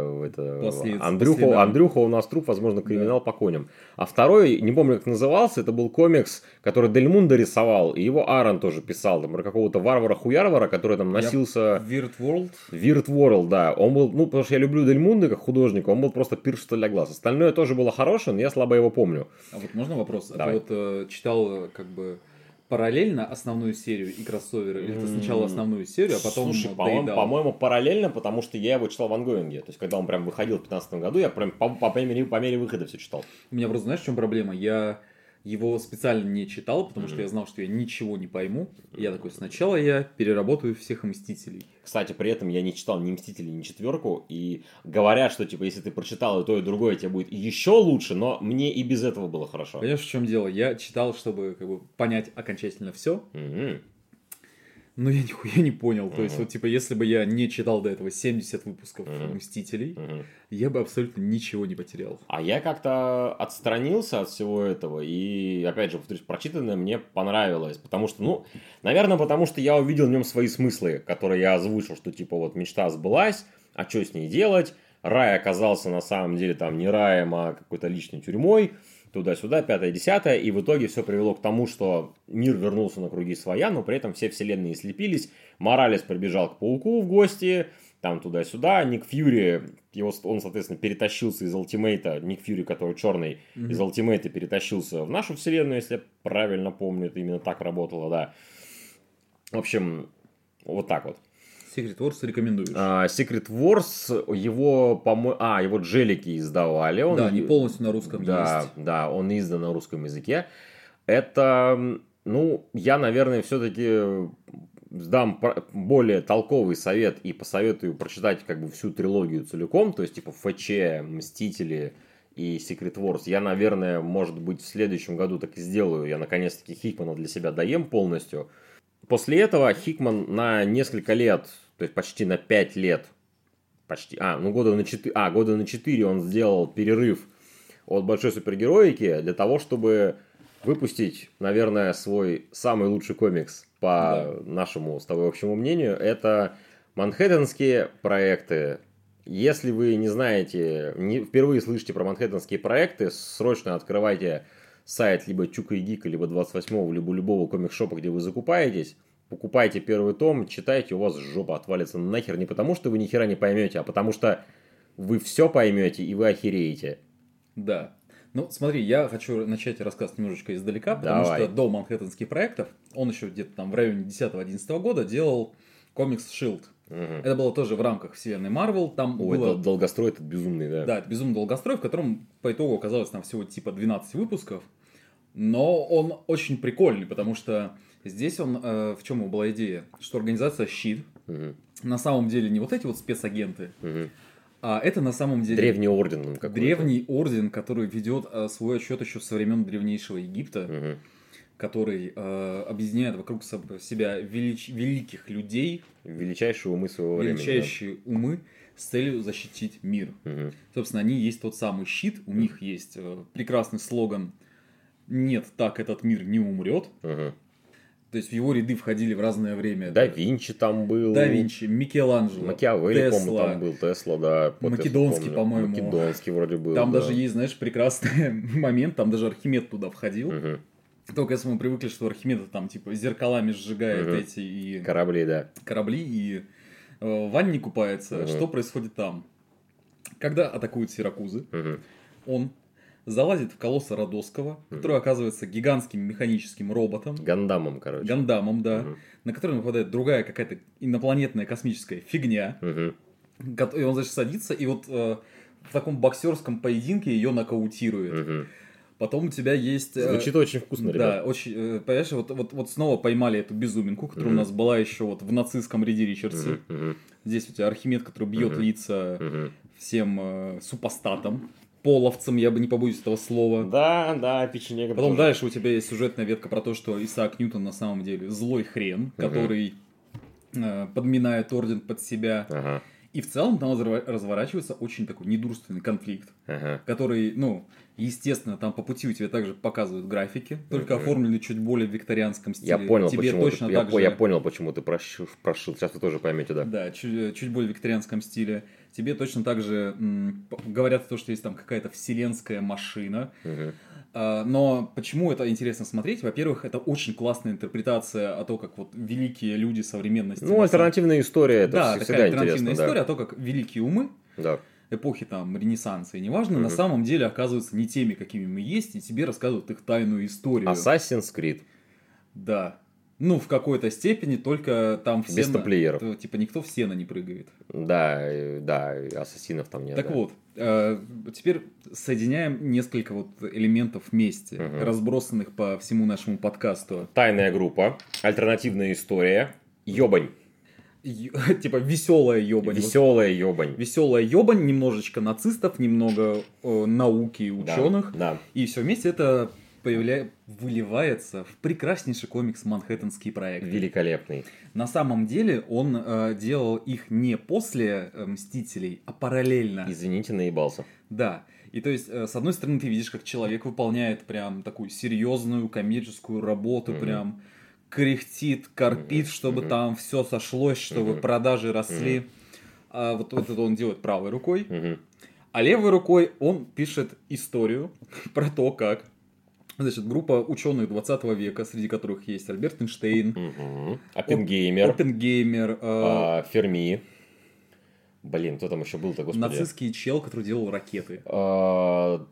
Андрюха у нас труп, возможно, криминал по коням. А второй, не помню, как назывался, это был комикс, который Дель Мундо рисовал, и его Аарон тоже писал, про какого-то варвара-хуярвара, который там носился... Weird World? Weird World, да. Он был, потому что я люблю Дель Мундо как художника, он был просто пиршество для глаз. Остальное тоже было хорошее, но я слабо его помню. А вот можно вопрос? Давай. А ты читал, параллельно основную серию и кроссоверы? Или ты сначала основную серию, а потом Слушай, по-моему, параллельно, потому что я его читал в ангоинге. То есть, когда он прям выходил в 2015 году, я прям по мере выхода все читал. У меня просто, знаешь, в чем проблема? Я его специально не читал, потому что я знал, что я ничего не пойму. И я такой, сначала я переработаю всех Мстителей. Кстати, при этом я не читал ни Мстителей, ни четверку. И говорят, что типа, если ты прочитал и то, и другое, тебе будет еще лучше, но мне и без этого было хорошо. Понимаешь, в чем дело? Я читал, чтобы как бы понять окончательно все. Но я нихуя не понял. То есть, вот, типа, если бы я не читал до этого 70 выпусков Мстителей, я бы абсолютно ничего не потерял. А я как-то отстранился от всего этого. И, опять же, повторюсь, прочитанное мне понравилось. Потому что, наверное, потому что я увидел в нем свои смыслы, которые я озвучил, что, типа, вот мечта сбылась, а что с ней делать? Рай оказался на самом деле там не раем, а какой-то личной тюрьмой. Туда-сюда, 5-10, и в итоге все привело к тому, что мир вернулся на круги своя, но при этом все вселенные слепились. Моралес прибежал к Пауку в гости, там туда-сюда. Ник Фьюри, он, соответственно, перетащился из Ультимейта, Ник Фьюри, который черный, из Ультимейта перетащился в нашу вселенную, если я правильно помню, это именно так работало, да. В общем, вот так вот. Secret Wars рекомендуешь? Secret Wars, его джелики издавали. Да, не полностью на русском есть. Да, он издан на русском языке. Это, я, наверное, все-таки дам более толковый совет и посоветую прочитать как бы всю трилогию целиком. То есть, типа, ФЧ, Мстители и Secret Wars. Я, наверное, может быть, в следующем году так и сделаю. Я, наконец-таки, Хикмана для себя доем полностью. После этого Хикман на несколько лет, то есть почти на 5 лет, года на 4 он сделал перерыв от большой супергероики для того, чтобы выпустить, наверное, свой самый лучший комикс по нашему с тобой общему мнению. Это Манхэттенские проекты. Если вы не знаете, впервые слышите про Манхэттенские проекты, срочно открывайте сайт либо Чука и Гика, либо 28-го, либо любого комикс-шопа, где вы закупаетесь. Покупайте первый том, читайте, у вас жопа отвалится нахер. Не потому, что вы ни хера не поймете, а потому что вы все поймете и вы охереете. Да. Смотри, я хочу начать рассказ немножечко издалека, потому что до Манхэттенских проектов он еще где-то там в районе 10-11 года делал комикс Shield. Это было тоже в рамках вселенной Marvel. Это долгострой, этот безумный, да. Да, это безумный долгострой, в котором по итогу оказалось там всего типа 12 выпусков. Но он очень прикольный, потому что здесь в чем его была идея? Что организация Щит на самом деле не вот эти вот спецагенты, а это на самом деле древний орден какой-то. Древний орден, который ведет свой отсчет еще со времен древнейшего Египта, который объединяет вокруг себя великих людей, величайшие умы своего времени. Величайшие умы с целью защитить мир. Собственно, они есть тот самый щит, у них есть прекрасный слоган «Нет, так этот мир не умрет». То есть в его ряды входили в разное время. Да Винчи там был. Да Винчи, Микеланджело, Макиавелли, по-моему, там был. Тесла, да. Македонский, по-моему. Македонский вроде был. Там даже есть, знаешь, прекрасный момент, там даже Архимед туда входил. Только если мы привыкли, что Архимед там типа зеркалами сжигает эти и... Корабли и в ванне купается. Что происходит там? Когда атакуют Сиракузы, он залазит в колосса Родосского, который оказывается гигантским механическим роботом. Гандамом, короче. Гандамом, да. На который нападает другая какая-то инопланетная космическая фигня. И он, значит, садится и вот в таком боксерском поединке ее нокаутирует. Потом у тебя есть... Звучит очень вкусно, ребят. Да, очень... Понимаешь, вот снова поймали эту безуминку, которая у нас была еще вот в нацистском Риде Ричардсе. Здесь у тебя Архимед, который бьет лица всем супостатам. Половцам, я бы не побоюсь этого слова. Да, печенега. Потом дальше у тебя есть сюжетная ветка про то, что Исаак Ньютон на самом деле злой хрен, который подминает орден под себя. И в целом там разворачивается очень такой недурственный конфликт, который, естественно, там по пути у тебя также показывают графики, только оформлены чуть более в викторианском стиле. Я понял, почему ты прошил. Сейчас вы тоже поймете, да. Да, чуть более в викторианском стиле. Тебе точно так же говорят то, что есть там какая-то вселенская машина. Но почему это интересно смотреть? Во-первых, это очень классная интерпретация о том, как вот великие люди современности... альтернативная история, это всегда интересно. Да, такая альтернативная история о том, как великие умы эпохи там Ренессанса и неважно, на самом деле оказываются не теми, какими мы есть, и тебе рассказывают их тайную историю. Assassin's Creed. Да. Ну, в какой-то степени, только там все... Без топ-плееров. Типа никто в сено не прыгает. Да, ассасинов там нет. Так вот, теперь соединяем несколько вот элементов вместе, разбросанных по всему нашему подкасту. Тайная группа, альтернативная история, ёбань. Типа веселая ёбань. Веселая ёбань. Веселая ёбань, немножечко нацистов, немного науки и ученых. Да. И все вместе это выливается в прекраснейший комикс «Манхэттенский проект». Великолепный. На самом деле он делал их не после «Мстителей», а параллельно. Извините, наебался. Да. И то есть, с одной стороны, ты видишь, как человек выполняет прям такую серьезную коммерческую работу, прям кряхтит, корпит, чтобы там все сошлось, чтобы продажи росли. А вот это он делает правой рукой. А левой рукой он пишет историю про то, как, значит, группа ученых 20 века, среди которых есть Альберт Эйнштейн, Оппенгеймер, Ферми. Блин, кто там еще был-то, господи? Нацистский чел, который делал ракеты. Фон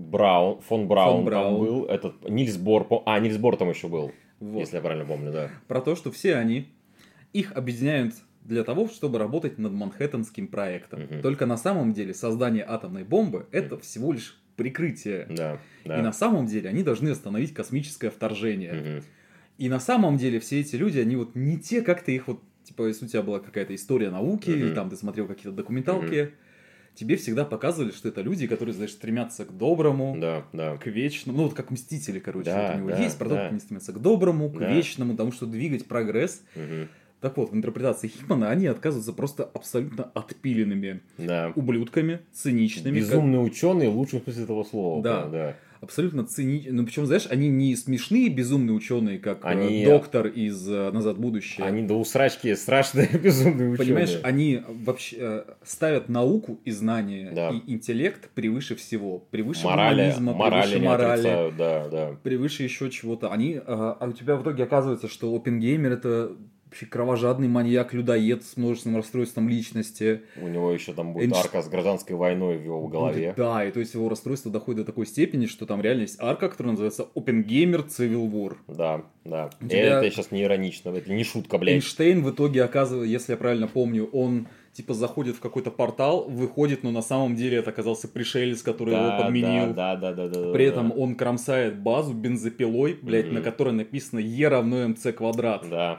Браун там был. Этот, Нильс Бор. Нильс Бор там еще был. Вот. Если я правильно помню, да. Про то, что все они, их объединяют для того, чтобы работать над Манхэттенским проектом. Только на самом деле создание атомной бомбы это всего лишь прикрытие. Да. И на самом деле они должны остановить космическое вторжение. И на самом деле все эти люди, они вот не те, как ты их вот, типа, если у тебя была какая-то история науки, или там ты смотрел какие-то документалки, тебе всегда показывали, что это люди, которые, знаешь, стремятся к доброму, к вечному. Ну, вот как Мстители, короче. Вот у него есть про то, как они стремятся к доброму, к вечному, потому что двигать прогресс. Так вот, в интерпретации Хикмана они отказываются просто абсолютно отпиленными ублюдками, циничными. Безумные ученые в лучшем смысле этого слова. Да. Абсолютно циничные. Ну, причем, знаешь, они не смешные безумные ученые, как доктор из «Назад в будущее». Они до усрачки страшные безумные ученые. Понимаешь, они вообще ставят науку и знания, и интеллект превыше всего. Превыше гуманизма, превыше морали. Превыше еще чего-то. А у тебя в итоге оказывается, что Оппенгеймер это... вообще кровожадный маньяк-людоед с множественным расстройством личности. У него еще там будет арка с гражданской войной в его голове. Да, и то есть его расстройство доходит до такой степени, что там реально есть арка, которая называется Оппенгеймер Civil War. Да. Это сейчас не иронично, это не шутка, блядь. Эйнштейн в итоге оказывается, если я правильно помню, он типа заходит в какой-то портал, выходит, но на самом деле это оказался пришелец, который его подменил. Да. При этом он кромсает базу бензопилой, блядь, на которой написано E равно МЦ квадрат. Да.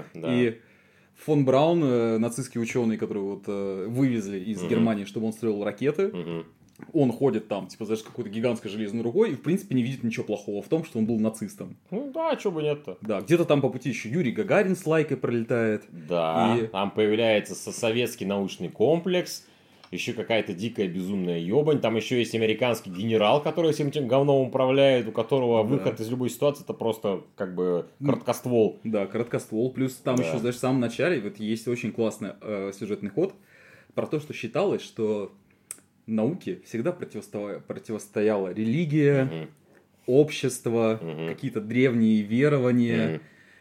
И фон Браун, нацистский ученый, который вот вывезли из Германии, чтобы он строил ракеты, он ходит там, типа, знаешь, какой-то гигантской железной рукой, и, в принципе, не видит ничего плохого в том, что он был нацистом. Ну да, чего бы нет-то. Да, где-то там по пути еще Юрий Гагарин с лайкой пролетает. Да, там появляется советский научный комплекс, еще какая-то дикая безумная ебань, там еще есть американский генерал, который всем этим говном управляет, у которого выход из любой ситуации это просто как бы короткоствол. Да, короткоствол, плюс там еще, знаешь, в самом начале вот есть очень классный сюжетный ход про то, что считалось, что науке всегда противостояла религия, общество, какие-то древние верования,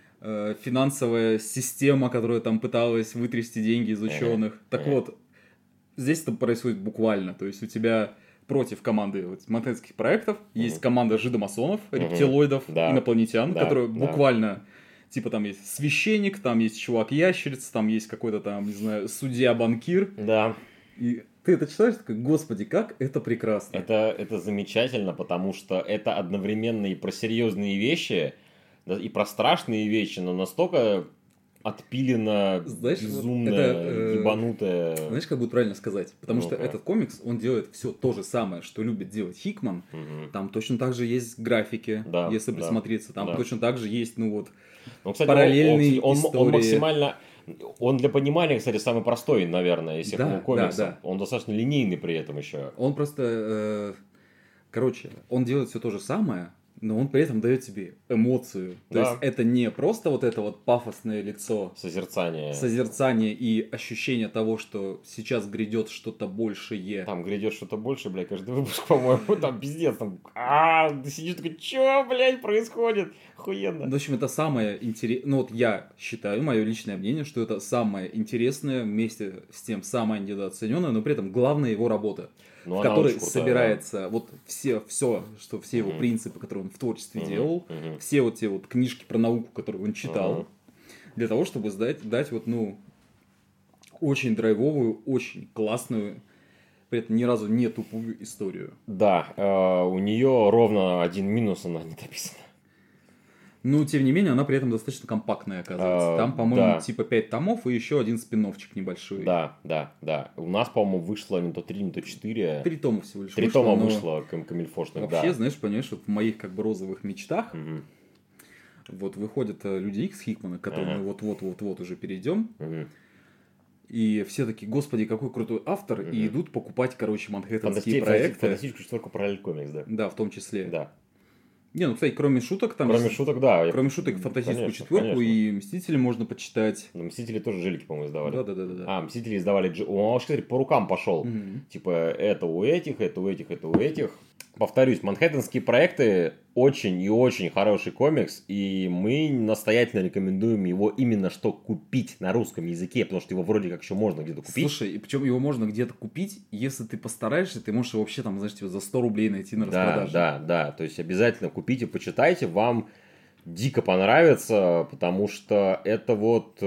финансовая система, которая там пыталась вытрясти деньги из ученых. Так вот, здесь это происходит буквально. То есть у тебя против команды манхэттенских проектов есть команда жидомасонов, рептилоидов, инопланетян, которые буквально... Типа там есть священник, там есть чувак-ящерица, там есть какой-то там, не знаю, судья-банкир. Да. И ты это читаешь, такой, господи, как это прекрасно. Это замечательно, потому что это одновременно и про серьезные вещи, и про страшные вещи, но настолько отпилено, знаешь, безумно, ебанутое. Знаешь, как будет правильно сказать? Потому что этот комикс, он делает все то же самое, что любит делать Хикман. Там точно так же есть графики, если присмотреться. Там точно так же есть, кстати, параллельные истории. Он максимально... Он для понимания, кстати, самый простой, наверное, из всех комиксов. Да. Он достаточно линейный при этом еще. Он просто... он делает все то же самое, но он при этом дает тебе эмоцию. То есть это не просто вот это вот пафосное лицо. Созерцание и ощущение того, что сейчас грядет что-то большее. Там грядет что-то больше, блядь, каждый выпуск, по-моему, там пиздец. Там, ты сидишь такой, что, блядь, происходит? Охуенно. В общем, это самое интересное. Ну вот я считаю, мое личное мнение, что это самое интересное, вместе с тем самое недооцененное, но при этом главная его работа. В которой собирается вот все его принципы, которые он в творчестве делал, все вот те вот книжки про науку, которые он читал, для того, чтобы дать вот, ну, очень драйвовую, очень классную, при этом ни разу не тупую историю. Да, у нее ровно один минус, она не дописана. Ну, тем не менее, она при этом достаточно компактная, оказывается. Там, по-моему, типа 5 томов и еще один спин-оффчик небольшой. Да. У нас, по-моему, вышло не то 3, не то 4. 3 тома всего лишь 3 тома вышло камильфошных, вообще, знаешь, понимаешь, вот в моих как бы розовых мечтах вот выходят Люди Икс Хикмана, к которым мы вот-вот уже перейдем. И все такие, господи, какой крутой автор, и идут покупать, короче, манхэттенские проекты. Фантастическую четверку Параллель Комикс, да. Да, в том числе. Да. Не, ну, кстати, кроме шуток там... Кроме шуток, да. Кроме шуток, фантастическую четверку и Мстители можно почитать. Да, Мстители тоже Жилики, по-моему, издавали. Да. Мстители издавали... Он вообще по рукам пошел. Типа, это у этих, это у этих, это у этих. Повторюсь, манхэттенские проекты очень и очень хороший комикс, и мы настоятельно рекомендуем его именно что купить на русском языке, потому что его вроде как еще можно где-то купить. Слушай, и причем его можно где-то купить, если ты постараешься, ты можешь его вообще там, знаешь, типа за 100 рублей найти на распродаже. Да, то есть обязательно купите, почитайте, вам дико понравится, потому что это вот,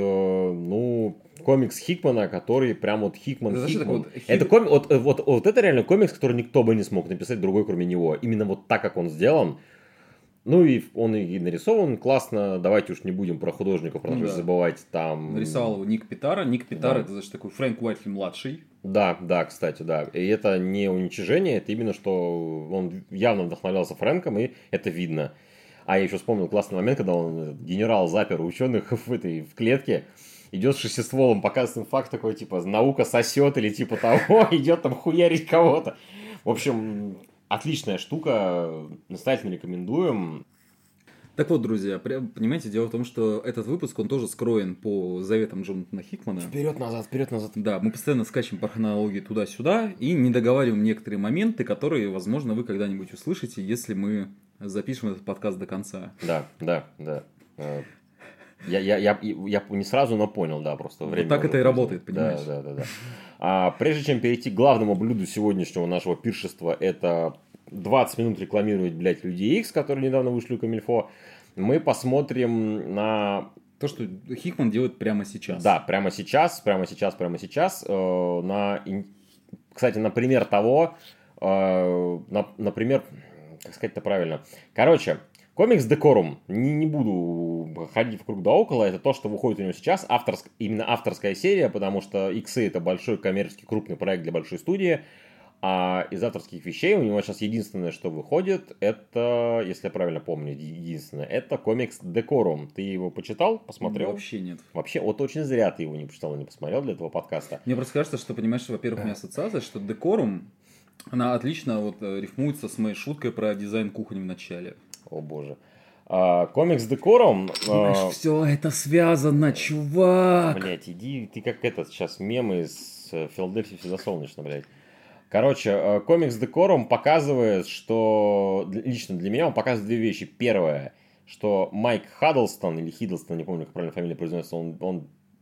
комикс Хикмана, который прям вот Хикман. Это вот это реально комикс, который никто бы не смог написать другой, кроме него. Именно вот так, как он сделан. Ну и он и нарисован классно. Давайте уж не будем про художников забывать. Там... Нарисовал его Ник Питара. Ник Питара это, значит, такой Фрэнк Уайтли младший. Да, кстати, да. И это не уничижение, это именно, что он явно вдохновлялся Фрэнком, и это видно. А я еще вспомнил классный момент, когда он, генерал, запер ученых в клетке, идет с шестистволом, показывает им факт такой, типа, наука сосет или типа того, идет там хуярить кого-то. В общем, отличная штука, настоятельно рекомендуем. Так вот, друзья, понимаете, дело в том, что этот выпуск, он тоже скроен по заветам Джонатана Хикмана. Вперед-назад. Да, мы постоянно скачем по хронологии туда-сюда и не договариваем некоторые моменты, которые, возможно, вы когда-нибудь услышите, если мы запишем этот подкаст до конца. Да. Я не сразу, но понял, да, просто время. Вот так это и работает, понимаешь? Да. Прежде чем перейти к главному блюду сегодняшнего нашего пиршества, это 20 минут рекламировать, блядь, Людей Икс, которые недавно вышли у Комильфо, мы посмотрим на... То, что Хикман делает прямо сейчас. Да, прямо сейчас. Кстати, например того... Например, как сказать-то правильно. Короче, комикс Декорум. Не буду ходить вокруг да около. Это то, что выходит у него сейчас. Именно авторская серия, потому что Иксы это большой коммерческий крупный проект для большой студии. А из авторских вещей у него сейчас единственное, что выходит, это, если я правильно помню, единственное, это комикс Декорум. Ты его почитал, посмотрел? Вообще нет. Вообще, вот очень зря ты его не почитал и не посмотрел для этого подкаста. Мне просто кажется, что, понимаешь, во-первых, у меня ассоциация, что Декорум, она отлично вот рифмуется с моей шуткой про дизайн кухни в начале. О боже. Комикс Декорум... Понимаешь, все это связано, чувак! Блять, иди, ты как этот сейчас мемы из Филадельфии всегда солнечно, блядь. Короче, комикс Декорум показывает, что... Лично для меня он показывает две вещи. Первое, что Майк Хаддлстон, или Хиддлстон, не помню, как правильно фамилия произносится, он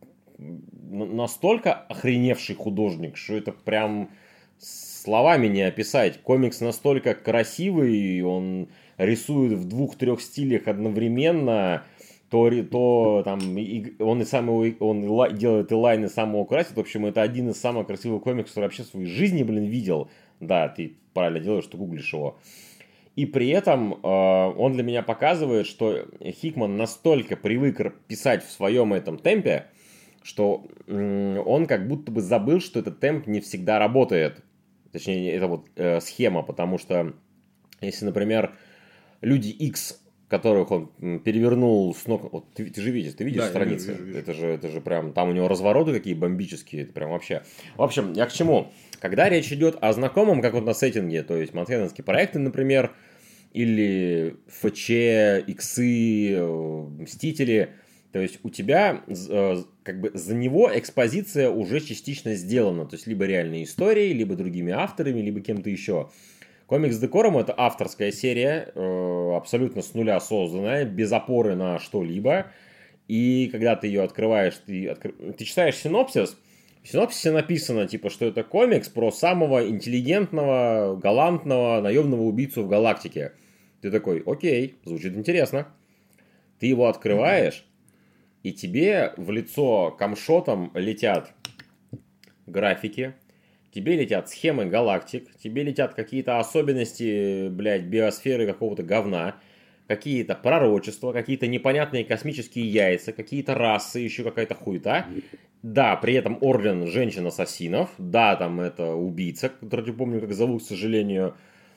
настолько охреневший художник, что это прям словами не описать. Комикс настолько красивый, он рисует в 2-3 стилях одновременно, то там он делает и лайны сам его красит. В общем, это один из самых красивых комиксов, который вообще в своей жизни, видел. Да, ты правильно делаешь, что гуглишь его. И при этом он для меня показывает, что Хикман настолько привык писать в своем этом темпе, что он как будто бы забыл, что этот темп не всегда работает. Точнее, это вот схема, потому что если, например, Люди Икс, которых он перевернул с ног... Вот, ты же видишь, да, страницы? Вижу. Это же прям... Там у него развороты какие бомбические. Это прям вообще... В общем, я к чему? Когда речь идет о знакомом, как вот на сеттинге, то есть манхэттенские проекты, например, или ФЧ, Иксы, Мстители, то есть у тебя как бы за него экспозиция уже частично сделана. То есть либо реальные истории, либо другими авторами, либо кем-то еще. Комикс Декорум — это авторская серия, абсолютно с нуля созданная, без опоры на что-либо. И когда ты ее открываешь, ты читаешь синопсис. В синопсисе написано, типа, что это комикс про самого интеллигентного, галантного, наемного убийцу в галактике. То Ты такой, окей, звучит интересно. Ты его открываешь, и тебе в лицо камшотом летят графики, тебе летят схемы галактик, тебе летят какие-то особенности, блядь, биосферы какого-то говна, какие-то пророчества, какие-то непонятные космические яйца, какие-то расы, еще какая-то хуета. Да, при этом Орден женщин-ассасинов, да, там это убийца, который не помню, как зовут, к сожалению.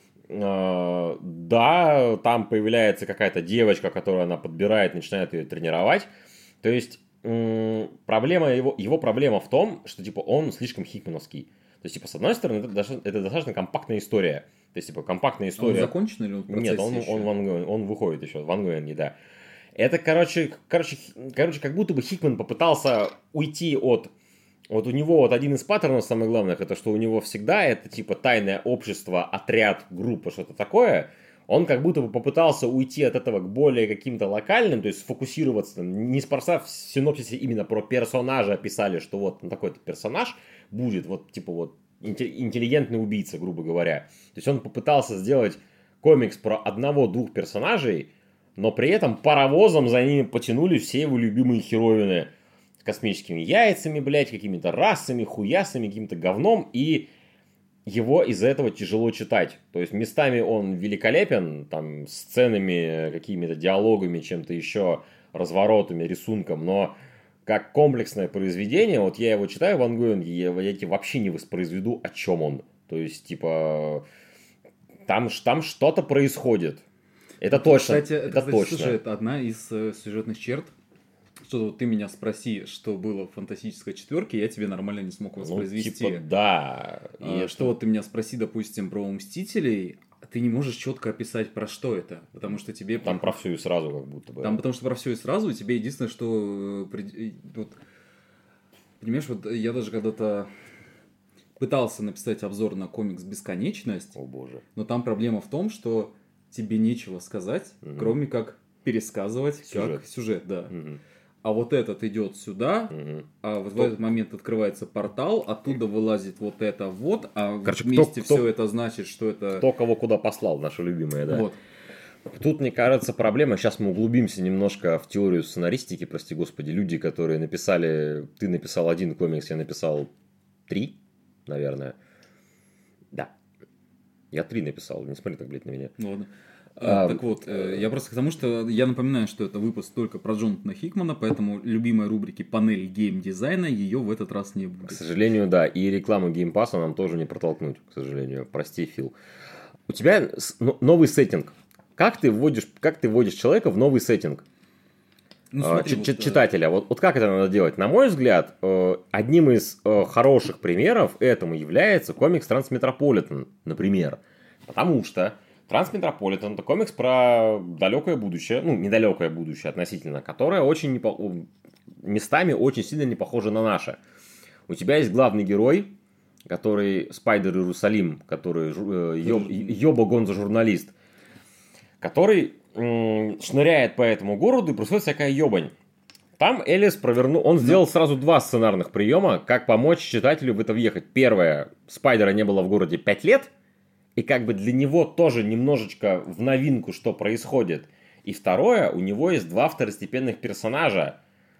Да, там появляется какая-то девочка, которую она подбирает, начинает ее тренировать. То есть проблема его проблема в том, что типа он слишком хикмановский. То есть, типа, с одной стороны, это достаточно компактная история. То есть, типа, компактная история. Он закончен или он в процессе? Нет, он выходит еще в ангоинге, да. Это, короче, как будто бы Хикман попытался уйти от... Вот у него вот один из паттернов самых главных, это что у него всегда это типа тайное общество, отряд, группа, что-то такое. Он как будто бы попытался уйти от этого к более каким-то локальным, то есть сфокусироваться, неспроста в синопсисе именно про персонажа описали, что вот такой-то персонаж будет, вот типа вот интеллигентный убийца, грубо говоря. То есть он попытался сделать комикс про одного-двух персонажей, но при этом паровозом за ними потянули все его любимые херовины. С космическими яйцами, блядь, какими-то расами, хуясами, каким-то говном, и его из-за этого тяжело читать. То есть местами он великолепен, там, сценами, какими-то диалогами, чем-то еще, разворотами, рисунком, но как комплексное произведение, вот я его читаю в ангоинге, я тебе вообще не воспроизведу, о чем он. То есть, типа, там что-то происходит. Это точно. Кстати, это точно. Слушай, это одна из сюжетных черт. Что ты меня спроси, что было в фантастической четверке, я тебе нормально не смог воспроизвести. Ну, типа, да. И что вот ты меня спроси, допустим, про Мстителей, ты не можешь четко описать, про что это. Потому что тебе... Там про все и сразу, как будто бы. Там потому что про все и сразу, и тебе единственное, что... Вот, понимаешь, вот я даже когда-то пытался написать обзор на комикс «Бесконечность». О боже. Но там проблема в том, что тебе нечего сказать, кроме как пересказывать как сюжет, да. А вот этот идет сюда, а вот в этот момент открывается портал, оттуда вылазит вот это вот, а вместе все это значит, что это... Кто кого куда послал, наша любимая, да. Вот. Тут, мне кажется, проблема, сейчас мы углубимся немножко в теорию сценаристики, прости господи, люди, которые написали, ты написал один комикс, я написал 3, наверное. Да. Я 3 написал, не смотри так, блядь, на меня. Ладно. Так вот, я просто к тому, что я напоминаю, что это выпуск только про Джонатана Хикмана, поэтому любимой рубрики «Панель геймдизайна» ее в этот раз не будет. К сожалению, да. И рекламу геймпасса нам тоже не протолкнуть, к сожалению. Прости, Фил. У тебя новый сеттинг. Как ты вводишь человека в новый сеттинг? Ну, смотри, читателя. Вот как это надо делать? На мой взгляд, одним из хороших примеров этому является комикс «Трансметрополитен», например. Потому что «Трансметрополитен» — это комикс про далекое будущее, ну, недалекое будущее относительно, которое очень местами очень сильно не похоже на наше. У тебя есть главный герой, который Спайдер Иерусалим, который Йоба Гонза журналист, который шныряет по этому городу и происходит всякая ебань. Там Элис он сделал сразу 2 сценарных приема, как помочь читателю в это въехать. Первое, Спайдера не было в городе 5 лет, и как бы для него тоже немножечко в новинку, что происходит. И второе, у него есть 2 второстепенных персонажа.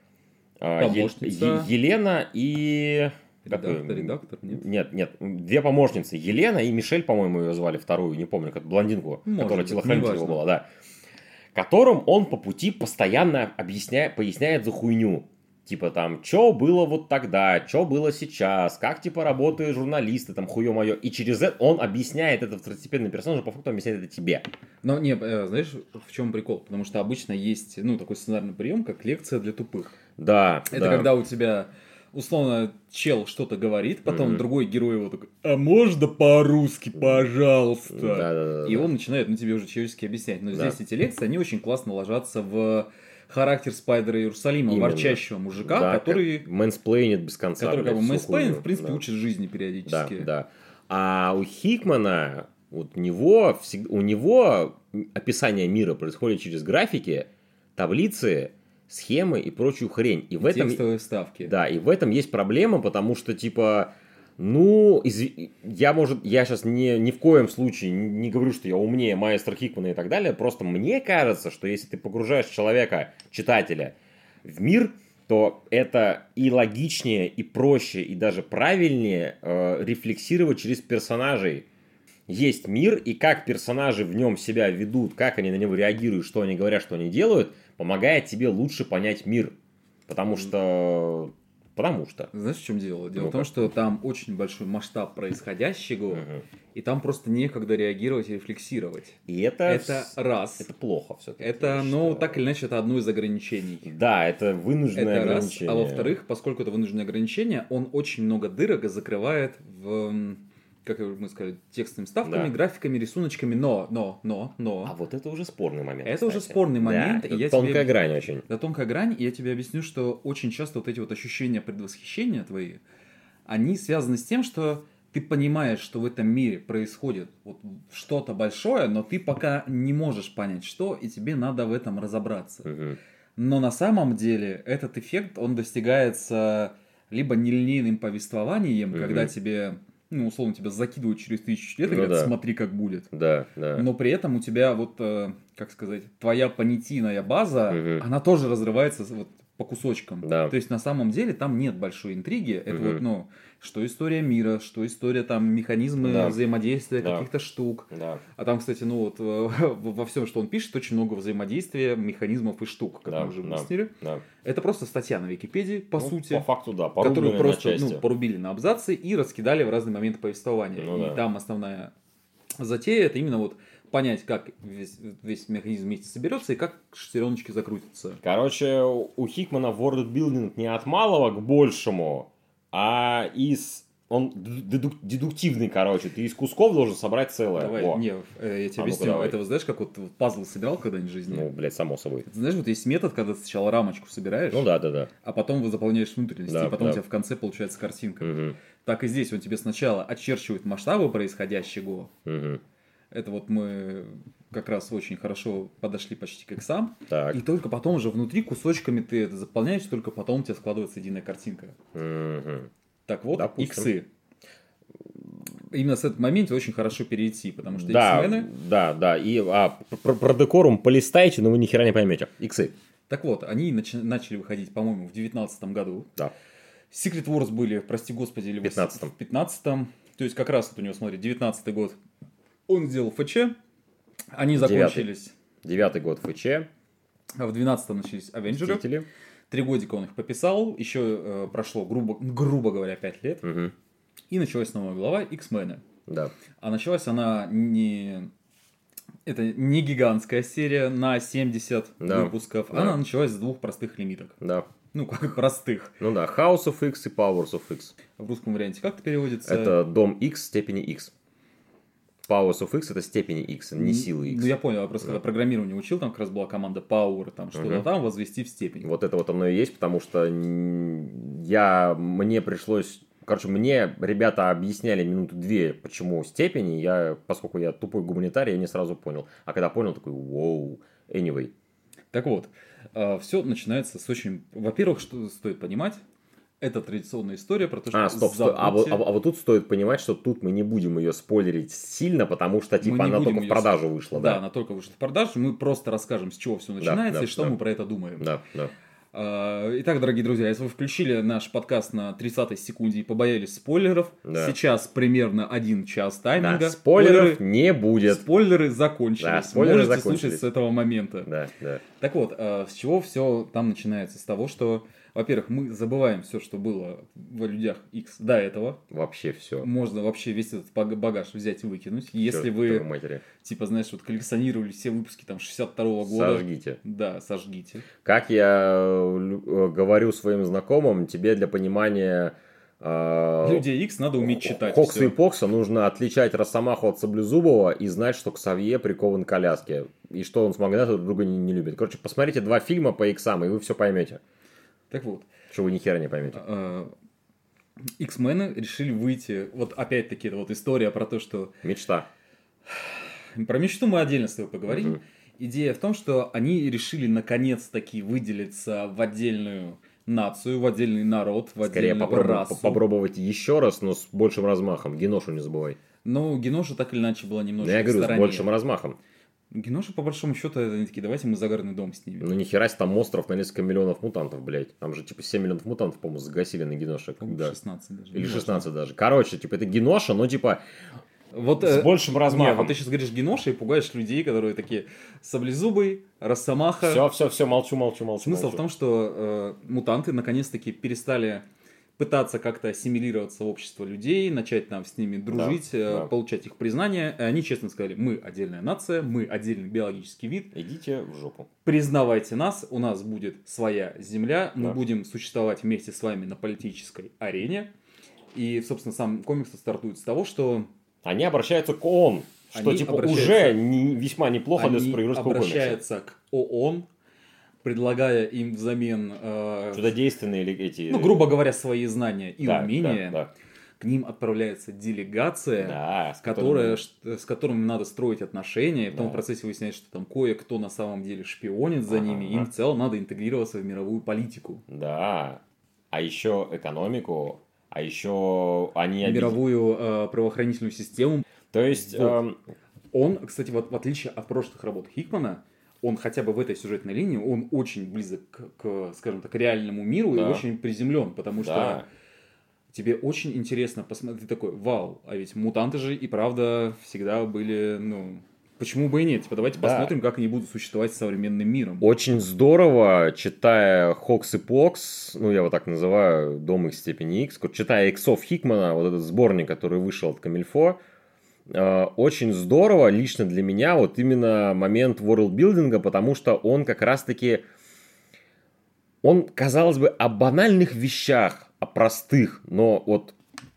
Елена и... Редактор, нет? Нет, 2 помощницы. Елена и Мишель, по-моему, ее звали, вторую, не помню, как блондинку, которая телохранитель его была, да. Которым он по пути постоянно поясняет за хуйню. Типа там, что было вот тогда, что было сейчас, как типа работают журналисты, там хуё моё. И через это он объясняет это второстепенный персонаж, по факту объясняет это тебе. Но не, знаешь, в чем прикол? Потому что обычно есть, такой сценарный прием, как лекция для тупых. Да. Это когда у тебя, условно, чел что-то говорит, потом другой герой его такой, а можно по-русски, пожалуйста? Да. И он начинает, тебе уже человечески объяснять. Но здесь эти лекции, они очень классно ложатся в характер Спайдера Иерусалима, ворчащего мужика, который... Мэнсплейнит без конца. Который как бы мэнсплейнит, в принципе, учит жизни периодически. Да. А у Хикмана, вот у него описание мира происходит через графики, таблицы, схемы и прочую хрень. И в этом текстовые вставки. Да, и в этом есть проблема, потому что, типа, Ну, я сейчас ни в коем случае не говорю, что я умнее Маэстро Хикмана и так далее, просто мне кажется, что если ты погружаешь человека, читателя, в мир, то это и логичнее, и проще, и даже правильнее рефлексировать через персонажей. Есть мир, и как персонажи в нем себя ведут, как они на него реагируют, что они говорят, что они делают, помогает тебе лучше понять мир. Потому что... Знаешь, в чем дело? Дело в том, что там очень большой масштаб происходящего, и там просто некогда реагировать и рефлексировать. И это раз. Это плохо все-таки. Это, так или иначе, это одно из ограничений. Да, это вынужденное ограничение. Раз. А во-вторых, поскольку это вынужденное ограничение, он очень много дырок закрывает в... как мы сказали, текстовыми вставками, графиками, рисуночками, но. А вот это уже спорный момент. Это уже спорный момент. Да, это тонкая грань очень. Да, тонкая грань, и я тебе объясню, что очень часто вот эти вот ощущения предвосхищения твои, они связаны с тем, что ты понимаешь, что в этом мире происходит вот что-то большое, но ты пока не можешь понять, что, и тебе надо в этом разобраться. Но на самом деле этот эффект, он достигается либо нелинейным повествованием, когда тебе... условно, тебя закидывают через 1000 лет и говорят, смотри, как будет. Да. Но при этом у тебя как сказать, твоя понятийная база, она тоже разрывается по кусочкам. Да. То есть, на самом деле, там нет большой интриги. Это что история мира, что история там механизмы взаимодействия каких-то штук. Да. А там, кстати, во всем, что он пишет, очень много взаимодействия, механизмов и штук, как мы уже выяснили. Да. Это просто статья на Википедии, по сути. По факту, да. Которую просто порубили на абзацы и раскидали в разные моменты повествования. И там основная затея, это именно понять, как весь механизм вместе соберется и как шестереночки закрутятся. Короче, у Хикмана worldbuilding не от малого к большему, а он дедуктивный, короче. Ты из кусков должен собрать целое. Давай, я тебе объясню. Это знаешь, как пазл собирал когда-нибудь в жизни? Само собой. Ты знаешь, есть метод, когда ты сначала рамочку собираешь, а потом заполняешь внутренности, и потом у тебя в конце получается картинка. Так и здесь он тебе сначала очерчивает масштабы происходящего. Это мы как раз очень хорошо подошли почти к иксам. И только потом уже внутри кусочками ты это заполняешь, только потом у тебя складывается единая картинка. Так вот, иксы. Именно с этого момента очень хорошо перейти, потому что иксмены... Да. И про декорум полистайте, но вы ни хера не поймете. Иксы. Так вот, они начали выходить, по-моему, в 2019 году. Да. Secret Wars были, прости господи, или в 15-м. То есть, как раз у него, смотри, 19-й год. Он сделал ФЧ, они закончились... 9-й год ФЧ. А в 12-м начались Авенджеры. 3 годика он их пописал, еще прошло, грубо говоря, 5 лет. И началась новая глава X-Men. Да. А началась она это не гигантская серия на 70 выпусков, она началась с 2 простых лимиток. Да. Как простых. House of X и Powers of X. В русском варианте как это переводится? Это дом X степени X. Powers of X это степени X, не силы X. Я понял, я просто когда программирование учил, там как раз была команда Power, там что-то там возвести в степень. Вот это оно и есть, потому что мне пришлось... мне ребята объясняли минуты 2, почему степени, поскольку я тупой гуманитарий, я не сразу понял. А когда понял, такой, вау, anyway. Так вот, все начинается с очень... Во-первых, что стоит понимать, это традиционная история про то, что... А вот тут стоит понимать, что тут мы не будем ее спойлерить сильно, потому что она только в продажу вышла. Да, она только вышла в продажу. Мы просто расскажем, с чего все начинается и что мы про это думаем. Да. Итак, дорогие друзья, если вы включили наш подкаст на 30-й секунде и побоялись спойлеров, сейчас примерно 1 час тайминга. Да, спойлеров не будет. Спойлеры закончились. Можете слушать с этого момента. Да. Так вот, с чего все там начинается? С того, что, во-первых, мы забываем все, что было в Людях X до этого. Вообще все. Можно вообще весь этот багаж взять и выкинуть. Если вы, коллекционировали все выпуски 62-го года. Сожгите. Да, сожгите. Как я говорю своим знакомым, тебе для понимания... Людей X надо уметь читать. Хокса и Покса нужно отличать Росомаху от Саблезубова и знать, что Ксавье прикован к коляске. И что он с Магнето друг друга не любит. Короче, посмотрите 2 фильма по Иксам, и вы все поймете. Так вот. Что вы ни хера не поймете. X-мены решили выйти. Вот опять-таки, это история про то, что... Мечта. Про мечту мы отдельно с тобой поговорим. Идея в том, что они решили наконец-таки выделиться в отдельную нацию, в отдельный народ, в отдельную расу. Попробовать еще раз, но с большим размахом. Геношу не забывай. Но Геноша так или иначе была немножко я говорю, с большим размахом. Геноша, по большому счету, они такие, давайте мы загородный дом снимем. Ну, нихера себе, там остров на несколько миллионов мутантов, блядь. Там же, типа, 7 миллионов мутантов, по-моему, загасили на Геноше. Когда... 16 даже. Или 16 даже. Короче, типа, это Геноша, но, типа, вот, с большим размахом. Вот ты сейчас говоришь Геноша и пугаешь людей, которые такие саблезубый, росомаха. Все, молчу. Смысл в том, что мутанты наконец-таки перестали пытаться как-то ассимилироваться в общество людей, начать нам с ними дружить, получать их признание. И они честно сказали, мы отдельная нация, мы отдельный биологический вид. Идите в жопу. Признавайте нас, у нас будет своя земля, мы будем существовать вместе с вами на политической арене. И, собственно, сам комикс стартует с того, что... Они обращаются к ООН, что типа уже весьма неплохо для супергеройского комикса. Они обращаются к ООН, предлагая им взамен... чудодейственные или эти... Ну, грубо говоря, свои знания и умения. Да. К ним отправляется делегация, с которыми надо строить отношения. И в том процессе выясняется, что там кое-кто на самом деле шпионит за ними. Им в целом надо интегрироваться в мировую политику. Да. А еще экономику. А еще они... Мировую правоохранительную систему. То есть... Он, кстати, в отличие от прошлых работ Хикмана, он хотя бы в этой сюжетной линии, он очень близок к скажем так, реальному миру и очень приземлен, потому что тебе очень интересно посмотреть, ты такой, вау, а ведь мутанты же и правда всегда были, ну, почему бы и нет, типа давайте посмотрим, как они будут существовать с современным миром. Очень здорово, читая Хокс и Покс, ну я его так называю, Дом X степени X, читая Иксов Хикмана, вот этот сборник, который вышел от Комильфо, очень здорово лично для меня вот именно момент ворлдбилдинга, потому что он как раз-таки, он, казалось бы, о банальных вещах, о простых, но вот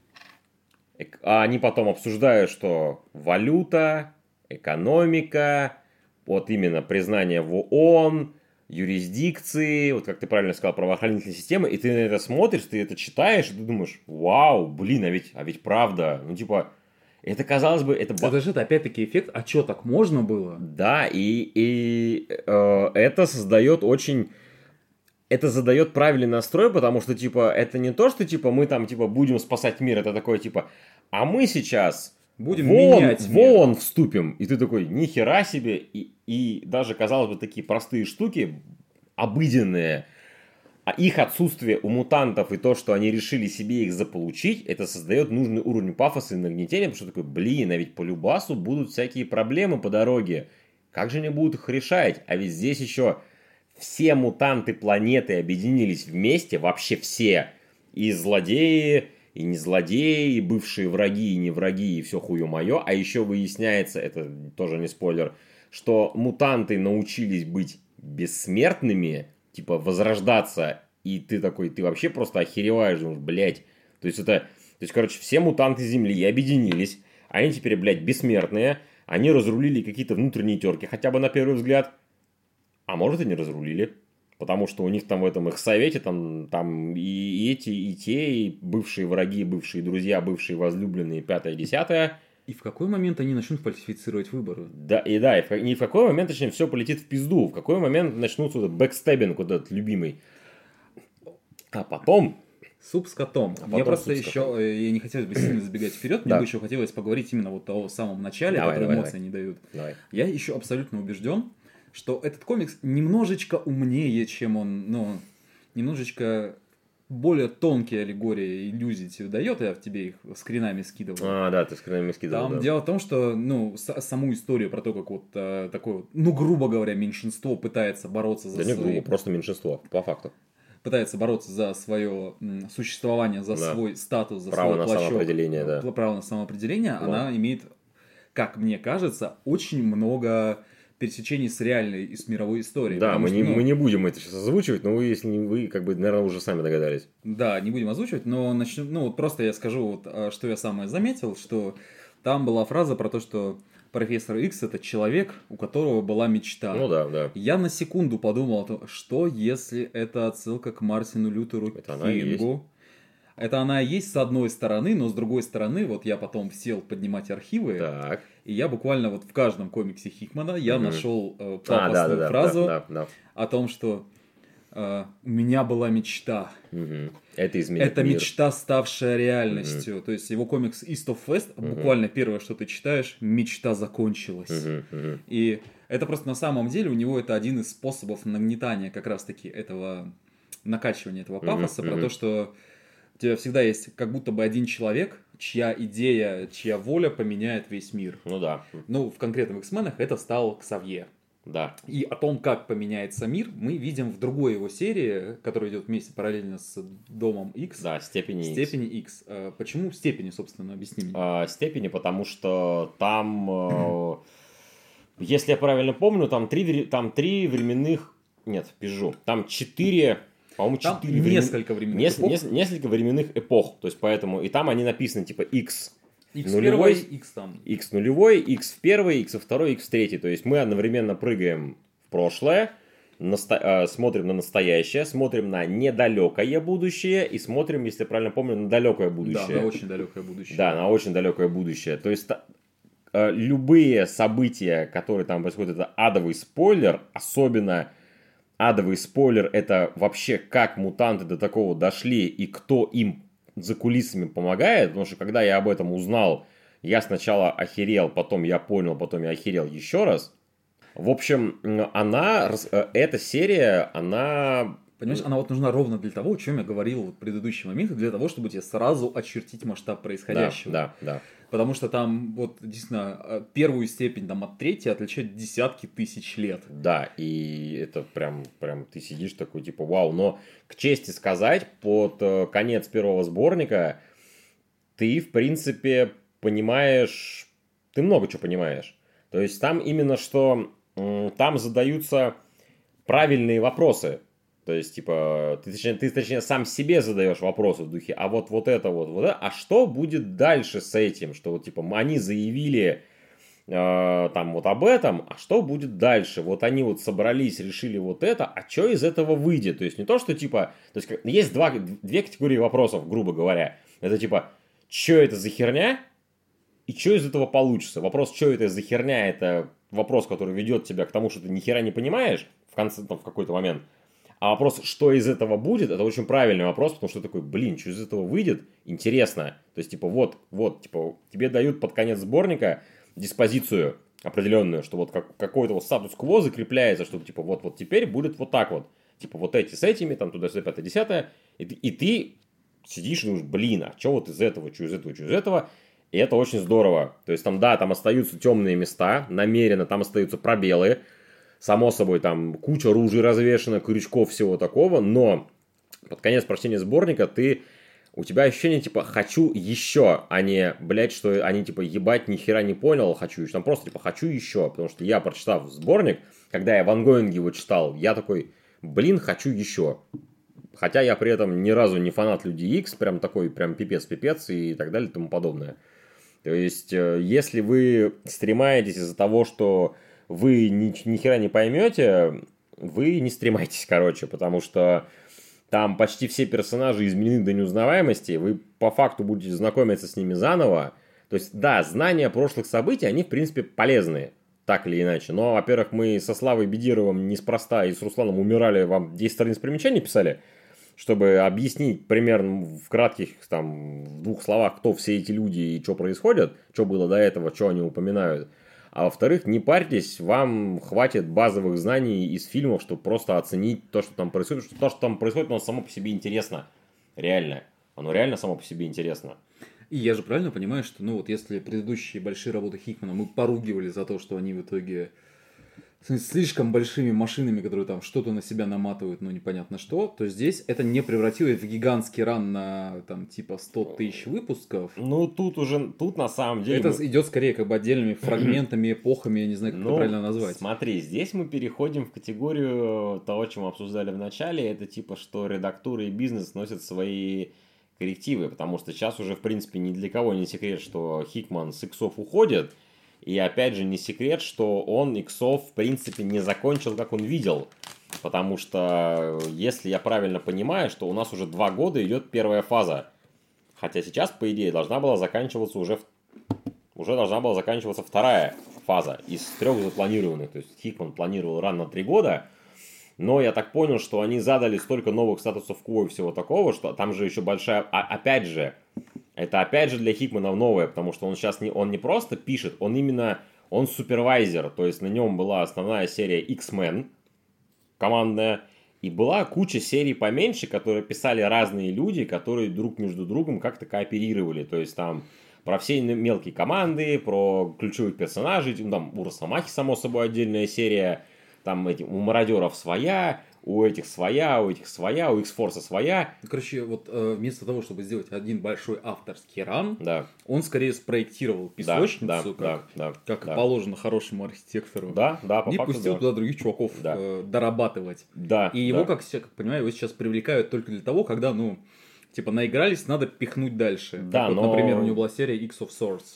они потом обсуждают, что валюта, экономика, вот именно признание в ООН, юрисдикции, вот как ты правильно сказал, правоохранительной системы, и ты на это смотришь, ты это читаешь, и ты думаешь, вау, блин, а ведь правда, ну типа... Это, казалось бы, это же опять-таки эффект, а что, так можно было? Да, и это создает очень... Это задает правильный настрой, потому что, типа, это не то, что, типа, мы там, типа, будем спасать мир, это такое, типа, а мы сейчас будем менять в ООН вступим. И ты такой, нихера себе, и даже, казалось бы, такие простые штуки, обыденные, а их отсутствие у мутантов и то, что они решили себе их заполучить, это создает нужный уровень пафоса и нагнетения, потому что такой, блин, а ведь по любасу будут всякие проблемы по дороге. Как же они будут их решать? А ведь здесь еще все мутанты планеты объединились вместе, вообще все. И злодеи, и не злодеи, и бывшие враги, и не враги, и все хуё-моё. А еще выясняется, это тоже не спойлер, что мутанты научились быть бессмертными, типа, возрождаться, и ты такой, ты вообще просто охереваешь, думаешь, блядь. То есть, короче, все мутанты Земли объединились, они теперь, блядь, бессмертные, они разрулили какие-то внутренние терки, хотя бы на первый взгляд, а может и не разрулили, потому что у них там в этом их совете, там и эти, и те, и бывшие враги, бывшие друзья, бывшие возлюбленные, 5-10. И в какой момент они начнут фальсифицировать выборы? И в какой момент, точнее, все полетит в пизду, в какой момент начнутся вот этот бэкстеббинг, вот этот любимый. А потом... Суп с котом. Мне просто еще, я не хотелось бы сильно забегать вперед, мне бы еще хотелось поговорить именно вот о самом начале, которое эмоции не дают. Я еще абсолютно убежден, что этот комикс немножечко умнее, чем он, немножечко... более тонкие аллегории, иллюзии тебе дает, я в тебе их скринами скидывал. Да, ты скринами скидывал. Там дело в том, что, саму историю про то, как вот такое, грубо говоря, меньшинство пытается бороться за не грубо, просто меньшинство, по факту. Пытается бороться за свое существование, за свой статус, за право свой на самоопределение, право на самоопределение, она имеет, как мне кажется, очень много пересечений с реальной и с мировой историей. Да, мы не будем это сейчас озвучивать, но если вы, наверное, уже сами догадались. Да, не будем озвучивать, но начнем, просто я скажу, что я самое заметил, что там была фраза про то, что профессор Икс — это человек, у которого была мечта. Ну да. Я на секунду подумал о том, что если это отсылка к Мартину Лютеру Кингу. Это она и есть с одной стороны, но с другой стороны, вот я потом сел поднимать архивы, и я буквально вот в каждом комиксе Хикмана я нашел пафосную фразу о том, что У меня была мечта. Это изменит Это мир. мечта, ставшая реальностью. То есть его комикс East of West, буквально первое, что ты читаешь, мечта закончилась. И это просто на самом деле у него это один из способов нагнетания как раз-таки этого накачивания этого пафоса, про то, что у тебя всегда есть как будто бы один человек, чья идея, чья воля поменяет весь мир. Ну да. Ну, в конкретном X-менах это стал Ксавье. Да. И о том, как поменяется мир, мы видим в другой его серии, которая идет вместе параллельно с Домом X. Да, Степени X. Почему Степени, собственно, объясни мне? Степени, потому что там, если я правильно помню, там три временных... Нет, пизжу. Там 4... По-моему, 4 несколько временных эпох. Несколько временных эпох. То есть, поэтому... И там они написаны, типа, X нулевой, X там. X нулевой, X в первый, X во второй, X в третий. То есть, мы одновременно прыгаем в прошлое, смотрим на настоящее, смотрим на недалекое будущее и смотрим, если я правильно помню, на далекое будущее. Да, на очень далекое будущее. Да, на очень далекое будущее. То есть, любые события, которые там происходят, это адовый спойлер. Особенно адовый спойлер — это вообще как мутанты до такого дошли и кто им за кулисами помогает. Потому что когда я об этом узнал, я сначала охерел, потом я понял, потом я охерел еще раз. В общем, эта серия, она... Понимаешь, она вот нужна ровно для того, о чем я говорил в предыдущий момент, для того, чтобы тебе сразу очертить масштаб происходящего. Да. Потому что там, вот, действительно, первую степень там, от третьей отличает десятки тысяч лет. Да, и это прям ты сидишь такой, типа, вау. Но, к чести сказать, под конец первого сборника ты, в принципе, понимаешь... Ты много чего понимаешь. То есть, там именно что... Там задаются правильные вопросы. То есть, типа, ты точнее, сам себе задаешь вопросы в духе, а вот это, а что будет дальше с этим? Что вот, типа, они заявили там вот об этом, а что будет дальше? Вот они вот собрались, решили вот это, а что из этого выйдет? То есть, не то, что, типа, то есть, есть две категории вопросов, грубо говоря. Это, типа, что это за херня? И что из этого получится? Вопрос, что это за херня, это вопрос, который ведет тебя к тому, что ты ни хера не понимаешь в конце, там, в какой-то момент. А вопрос, что из этого будет, это очень правильный вопрос, потому что такой, что из этого выйдет, интересно. То есть, типа, типа, тебе дают под конец сборника диспозицию определенную, что вот какой-то вот статус-кво закрепляется, что, типа, вот теперь будет вот так вот. Типа, вот эти с этими, там, туда-сюда, 5-10, и ты сидишь и думаешь, а что вот из этого, что из этого, и это очень здорово. То есть, там остаются темные места, намеренно там остаются пробелы. Само собой, там куча ружей развешена, крючков, всего такого, но под конец прочтения сборника у тебя ощущение, типа, хочу еще, а не, что они, типа, ебать, ни хера не понял, хочу еще. Там просто, типа, хочу еще, потому что я, прочитав сборник, когда я в ангоинге его читал, я такой, хочу еще. Хотя я при этом ни разу не фанат Людей Икс, прям такой, прям пипец и так далее и тому подобное. То есть, если вы стремаетесь из-за того, что вы ни хера не поймете, вы не стремайтесь, потому что там почти все персонажи изменены до неузнаваемости, вы по факту будете знакомиться с ними заново. То есть, да, знания прошлых событий, они, в принципе, полезны, так или иначе. Но, во-первых, мы со Славой Бедировым неспроста и с Русланом умирали, вам 10 страниц примечаний писали, чтобы объяснить примерно в кратких, там, в 2 словах, кто все эти люди и что происходит, что было до этого, что они упоминают. А во-вторых, не парьтесь, вам хватит базовых знаний из фильмов, чтобы просто оценить то, что там происходит. То, что там происходит, оно само по себе интересно. Реально. Оно реально само по себе интересно. И я же правильно понимаю, что, если предыдущие большие работы Хикмана мы поругивали за то, что они в итоге слишком большими машинами, которые там что-то на себя наматывают, но непонятно что, то здесь это не превратилось в гигантский ран на там типа 100 тысяч выпусков. Тут на самом деле... Это идет скорее как бы отдельными фрагментами, эпохами, я не знаю, как это правильно назвать. Смотри, здесь мы переходим в категорию того, чем мы обсуждали в начале, это типа, что редактура и бизнес носят свои коррективы, потому что сейчас уже, в принципе, ни для кого не секрет, что Хикман с иксов уходит. И опять же не секрет, что он иксов в принципе не закончил, как он видел. Потому что, если я правильно понимаю, что у нас уже 2 года идет первая фаза. Хотя сейчас, по идее, должна была заканчиваться уже должна была заканчиваться вторая фаза из 3 запланированных. То есть Хикман планировал ран на 3 года. Но я так понял, что они задали столько новых статусов кво и всего такого, что там же еще большая... опять же, это опять же для Хикмана новое, потому что он сейчас он не просто пишет, он именно... Он супервайзер, то есть на нем была основная серия X-Men командная, и была куча серий поменьше, которые писали разные люди, которые друг между другом как-то кооперировали. То есть там про все мелкие команды, про ключевых персонажей, там у Росомахи, само собой, отдельная серия, там у мародеров своя, у этих своя, у этих своя, у X-Force своя. Короче, вот вместо того, чтобы сделать один большой авторский ран, да. Он скорее спроектировал песочницу, как положено хорошему архитектору. Да, по и факту, пустил туда других чуваков дорабатывать. Да, и его, как понимаю, его сейчас привлекают только для того, когда, наигрались, надо пихнуть дальше. Да, как, например, у него была серия X of Swords.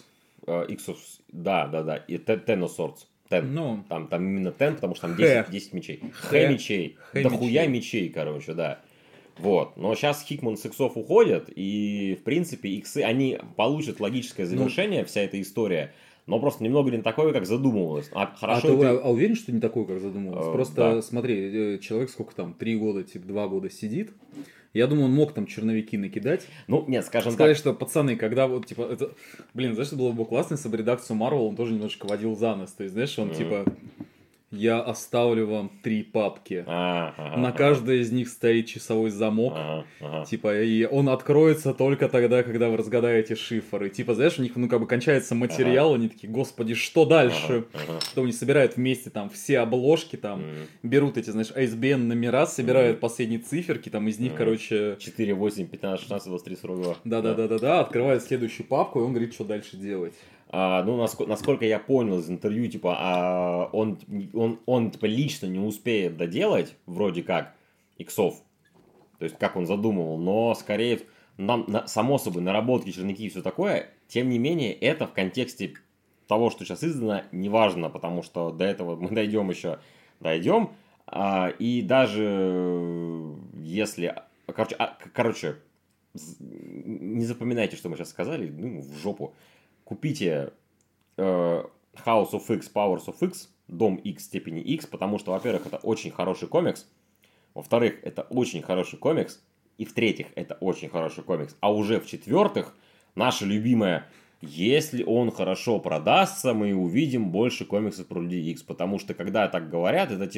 Да, и Ten of Swords. Там именно Ten, потому что там 10 мечей. Мечей. Дохуя мечей, короче, да. Вот. Но сейчас Хикман с иксов уходит, и, в принципе, иксы, они получат логическое завершение, вся эта история, но просто немного не такое, как задумывалось. А уверен, что не такое, как задумывалось? Просто, смотри, человек сколько там, 3 года, 2 года сидит. Я думаю, он мог там черновики накидать. Сказать, что, пацаны, когда это... знаешь, что было бы классно, если бы редакцию Marvel он тоже немножко водил за нос. То есть, знаешь, он я оставлю вам 3 папки. На каждой из них стоит часовой замок. И он откроется только тогда, когда вы разгадаете шифр. И знаешь, у них, кончается материал, они такие, господи, что дальше? Что они собирают вместе там все обложки, берут эти, знаешь, ISBN номера, собирают последние циферки, из них, 4, 8, 15, 16, 23, 42. Да, открывают следующую папку, и он говорит, что дальше делать. Насколько я понял из интервью, он лично не успеет доделать, вроде как, иксов. То есть, как он задумывал. Но, скорее, само собой, наработки, черновики и все такое, тем не менее, это в контексте того, что сейчас издано, не важно, потому что до этого мы дойдем. И даже если... Короче, не запоминайте, что мы сейчас сказали, в жопу. Купите House of X, Powers of X, Дом X степени X, потому что, во-первых, это очень хороший комикс, во-вторых, это очень хороший комикс, и в-третьих, это очень хороший комикс, а уже в-четвертых, наша любимая, если он хорошо продастся, мы увидим больше комиксов про Людей X, потому что, когда так говорят, это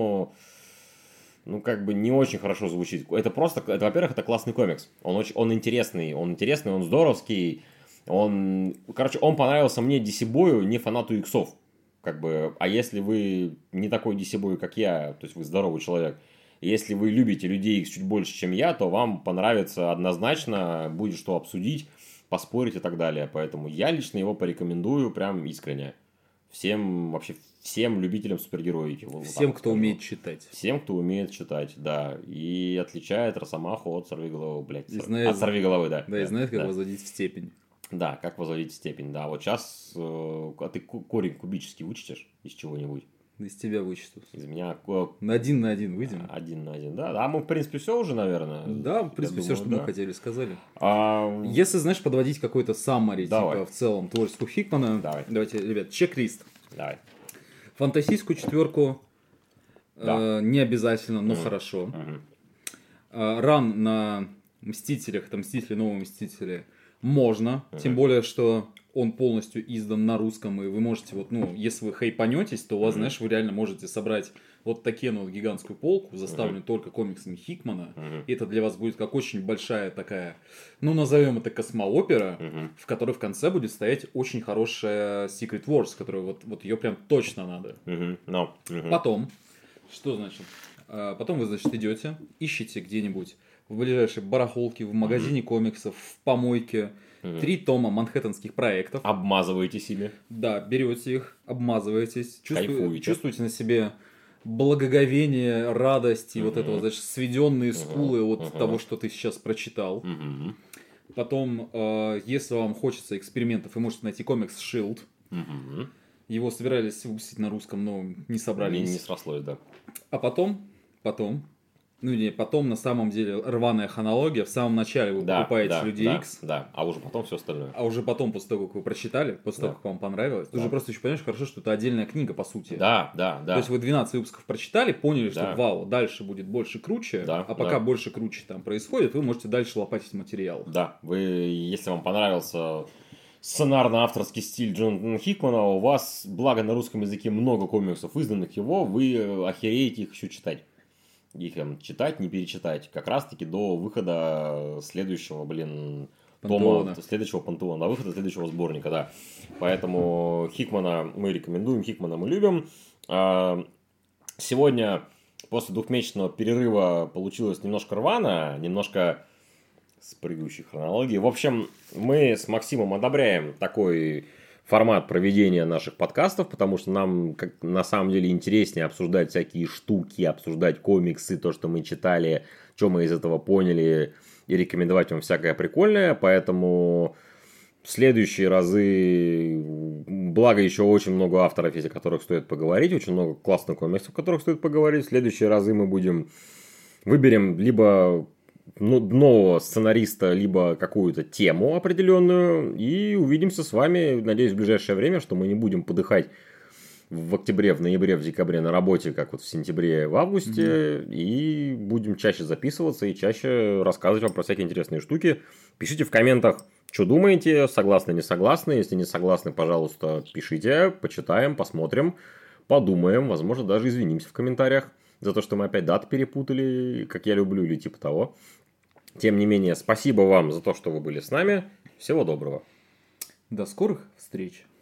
не очень хорошо звучит. Во-первых, это классный комикс, он интересный, он здоровский. Он понравился мне DC-бою, не фанату иксов. А если вы не такой DC-бой, как я, то есть вы здоровый человек, если вы любите Людей Икс чуть больше, чем я, то вам понравится однозначно, будет что обсудить, поспорить и так далее. Поэтому я лично его порекомендую прям искренне. Всем любителям супергероики. Всем, кто умеет читать. Всем, кто умеет читать, да. И отличает Росомаху от Сорвиголовы, от Сорвиголовы, да. Да, и знает, как возводить в степень. Да, как возводить степень, да. Вот сейчас, ты корень кубический вычтешь из чего-нибудь? Из тебя вычту. Из меня... На 1 на 1 выйдем. 1 на 1, да. А мы, в принципе, все уже, наверное. Да, в принципе, все, что мы хотели, сказали. Если, знаешь, подводить какой-то саммари, в целом, творческую Хикмана. Давайте, ребят, чек-лист. Давай. Фантастическую 4 не обязательно, но хорошо. Ран на Мстителях, это Мстители, новые Мстители, можно. Тем более, что он полностью издан на русском, и вы можете, если вы хайпанетесь, то у вас, знаешь, вы реально можете собрать вот такие гигантскую полку, заставленную только комиксами Хикмана, и это для вас будет как очень большая такая, назовем это космоопера, в которой в конце будет стоять очень хорошая Secret Wars, которая вот ее прям точно надо. Потом, что значит? Потом вы, значит, идете, ищете где-нибудь в ближайшей барахолке, в магазине комиксов, в помойке, 3 тома манхэттенских проектов. Обмазываетесь ими. Да, берете их, обмазываетесь, чувствуете на себе благоговение, радость и вот это вот, значит, сведенные скулы от того, что ты сейчас прочитал. Потом, если вам хочется экспериментов, вы можете найти комикс Shield. Его собирались выпустить на русском, но не собрались. Не срослось, да. А потом Ну, не, потом на самом деле рваная хронология. В самом начале вы покупаете Людей Икс. Да, а уже потом все остальное. А уже потом, после того, как вы прочитали, после того, как вам понравилось, ты уже просто еще понимаешь, хорошо, что это отдельная книга, по сути. Да. То есть вы 12 выпусков прочитали, поняли, что вау, дальше будет больше круче, а пока больше круче там происходит, вы можете дальше лопатить материал. Да, вы, если вам понравился сценарно-авторский стиль Джонатана Хикмана, у вас, благо на русском языке много комиксов, изданных его, вы охереете их еще читать. Их читать, не перечитать. Как раз-таки до выхода следующего, Пантеона. Следующего Пантеона, до выхода следующего сборника, да. Поэтому Хикмана мы рекомендуем, Хикмана мы любим. Сегодня, после двухмесячного перерыва, получилось немножко рвано, немножко с предыдущей хронологии. В общем, мы с Максимом одобряем такой формат проведения наших подкастов, потому что нам на самом деле интереснее обсуждать всякие штуки, обсуждать комиксы, то, что мы читали, что мы из этого поняли, и рекомендовать вам всякое прикольное. Поэтому в следующие разы, благо еще очень много авторов, есть о которых стоит поговорить, очень много классных комиксов, о которых стоит поговорить. В следующие разы мы выберем либо нового сценариста, либо какую-то тему определенную, и увидимся с вами, надеюсь, в ближайшее время, что мы не будем подыхать в октябре, в ноябре, в декабре на работе, как вот в сентябре, в августе, и будем чаще записываться и чаще рассказывать вам про всякие интересные штуки. Пишите в комментах, что думаете, согласны, не согласны. Если не согласны, пожалуйста, пишите, почитаем, посмотрим, подумаем, возможно, даже извинимся в комментариях за то, что мы опять даты перепутали, как я люблю, или типа того. Тем не менее, спасибо вам за то, что вы были с нами. Всего доброго. До скорых встреч.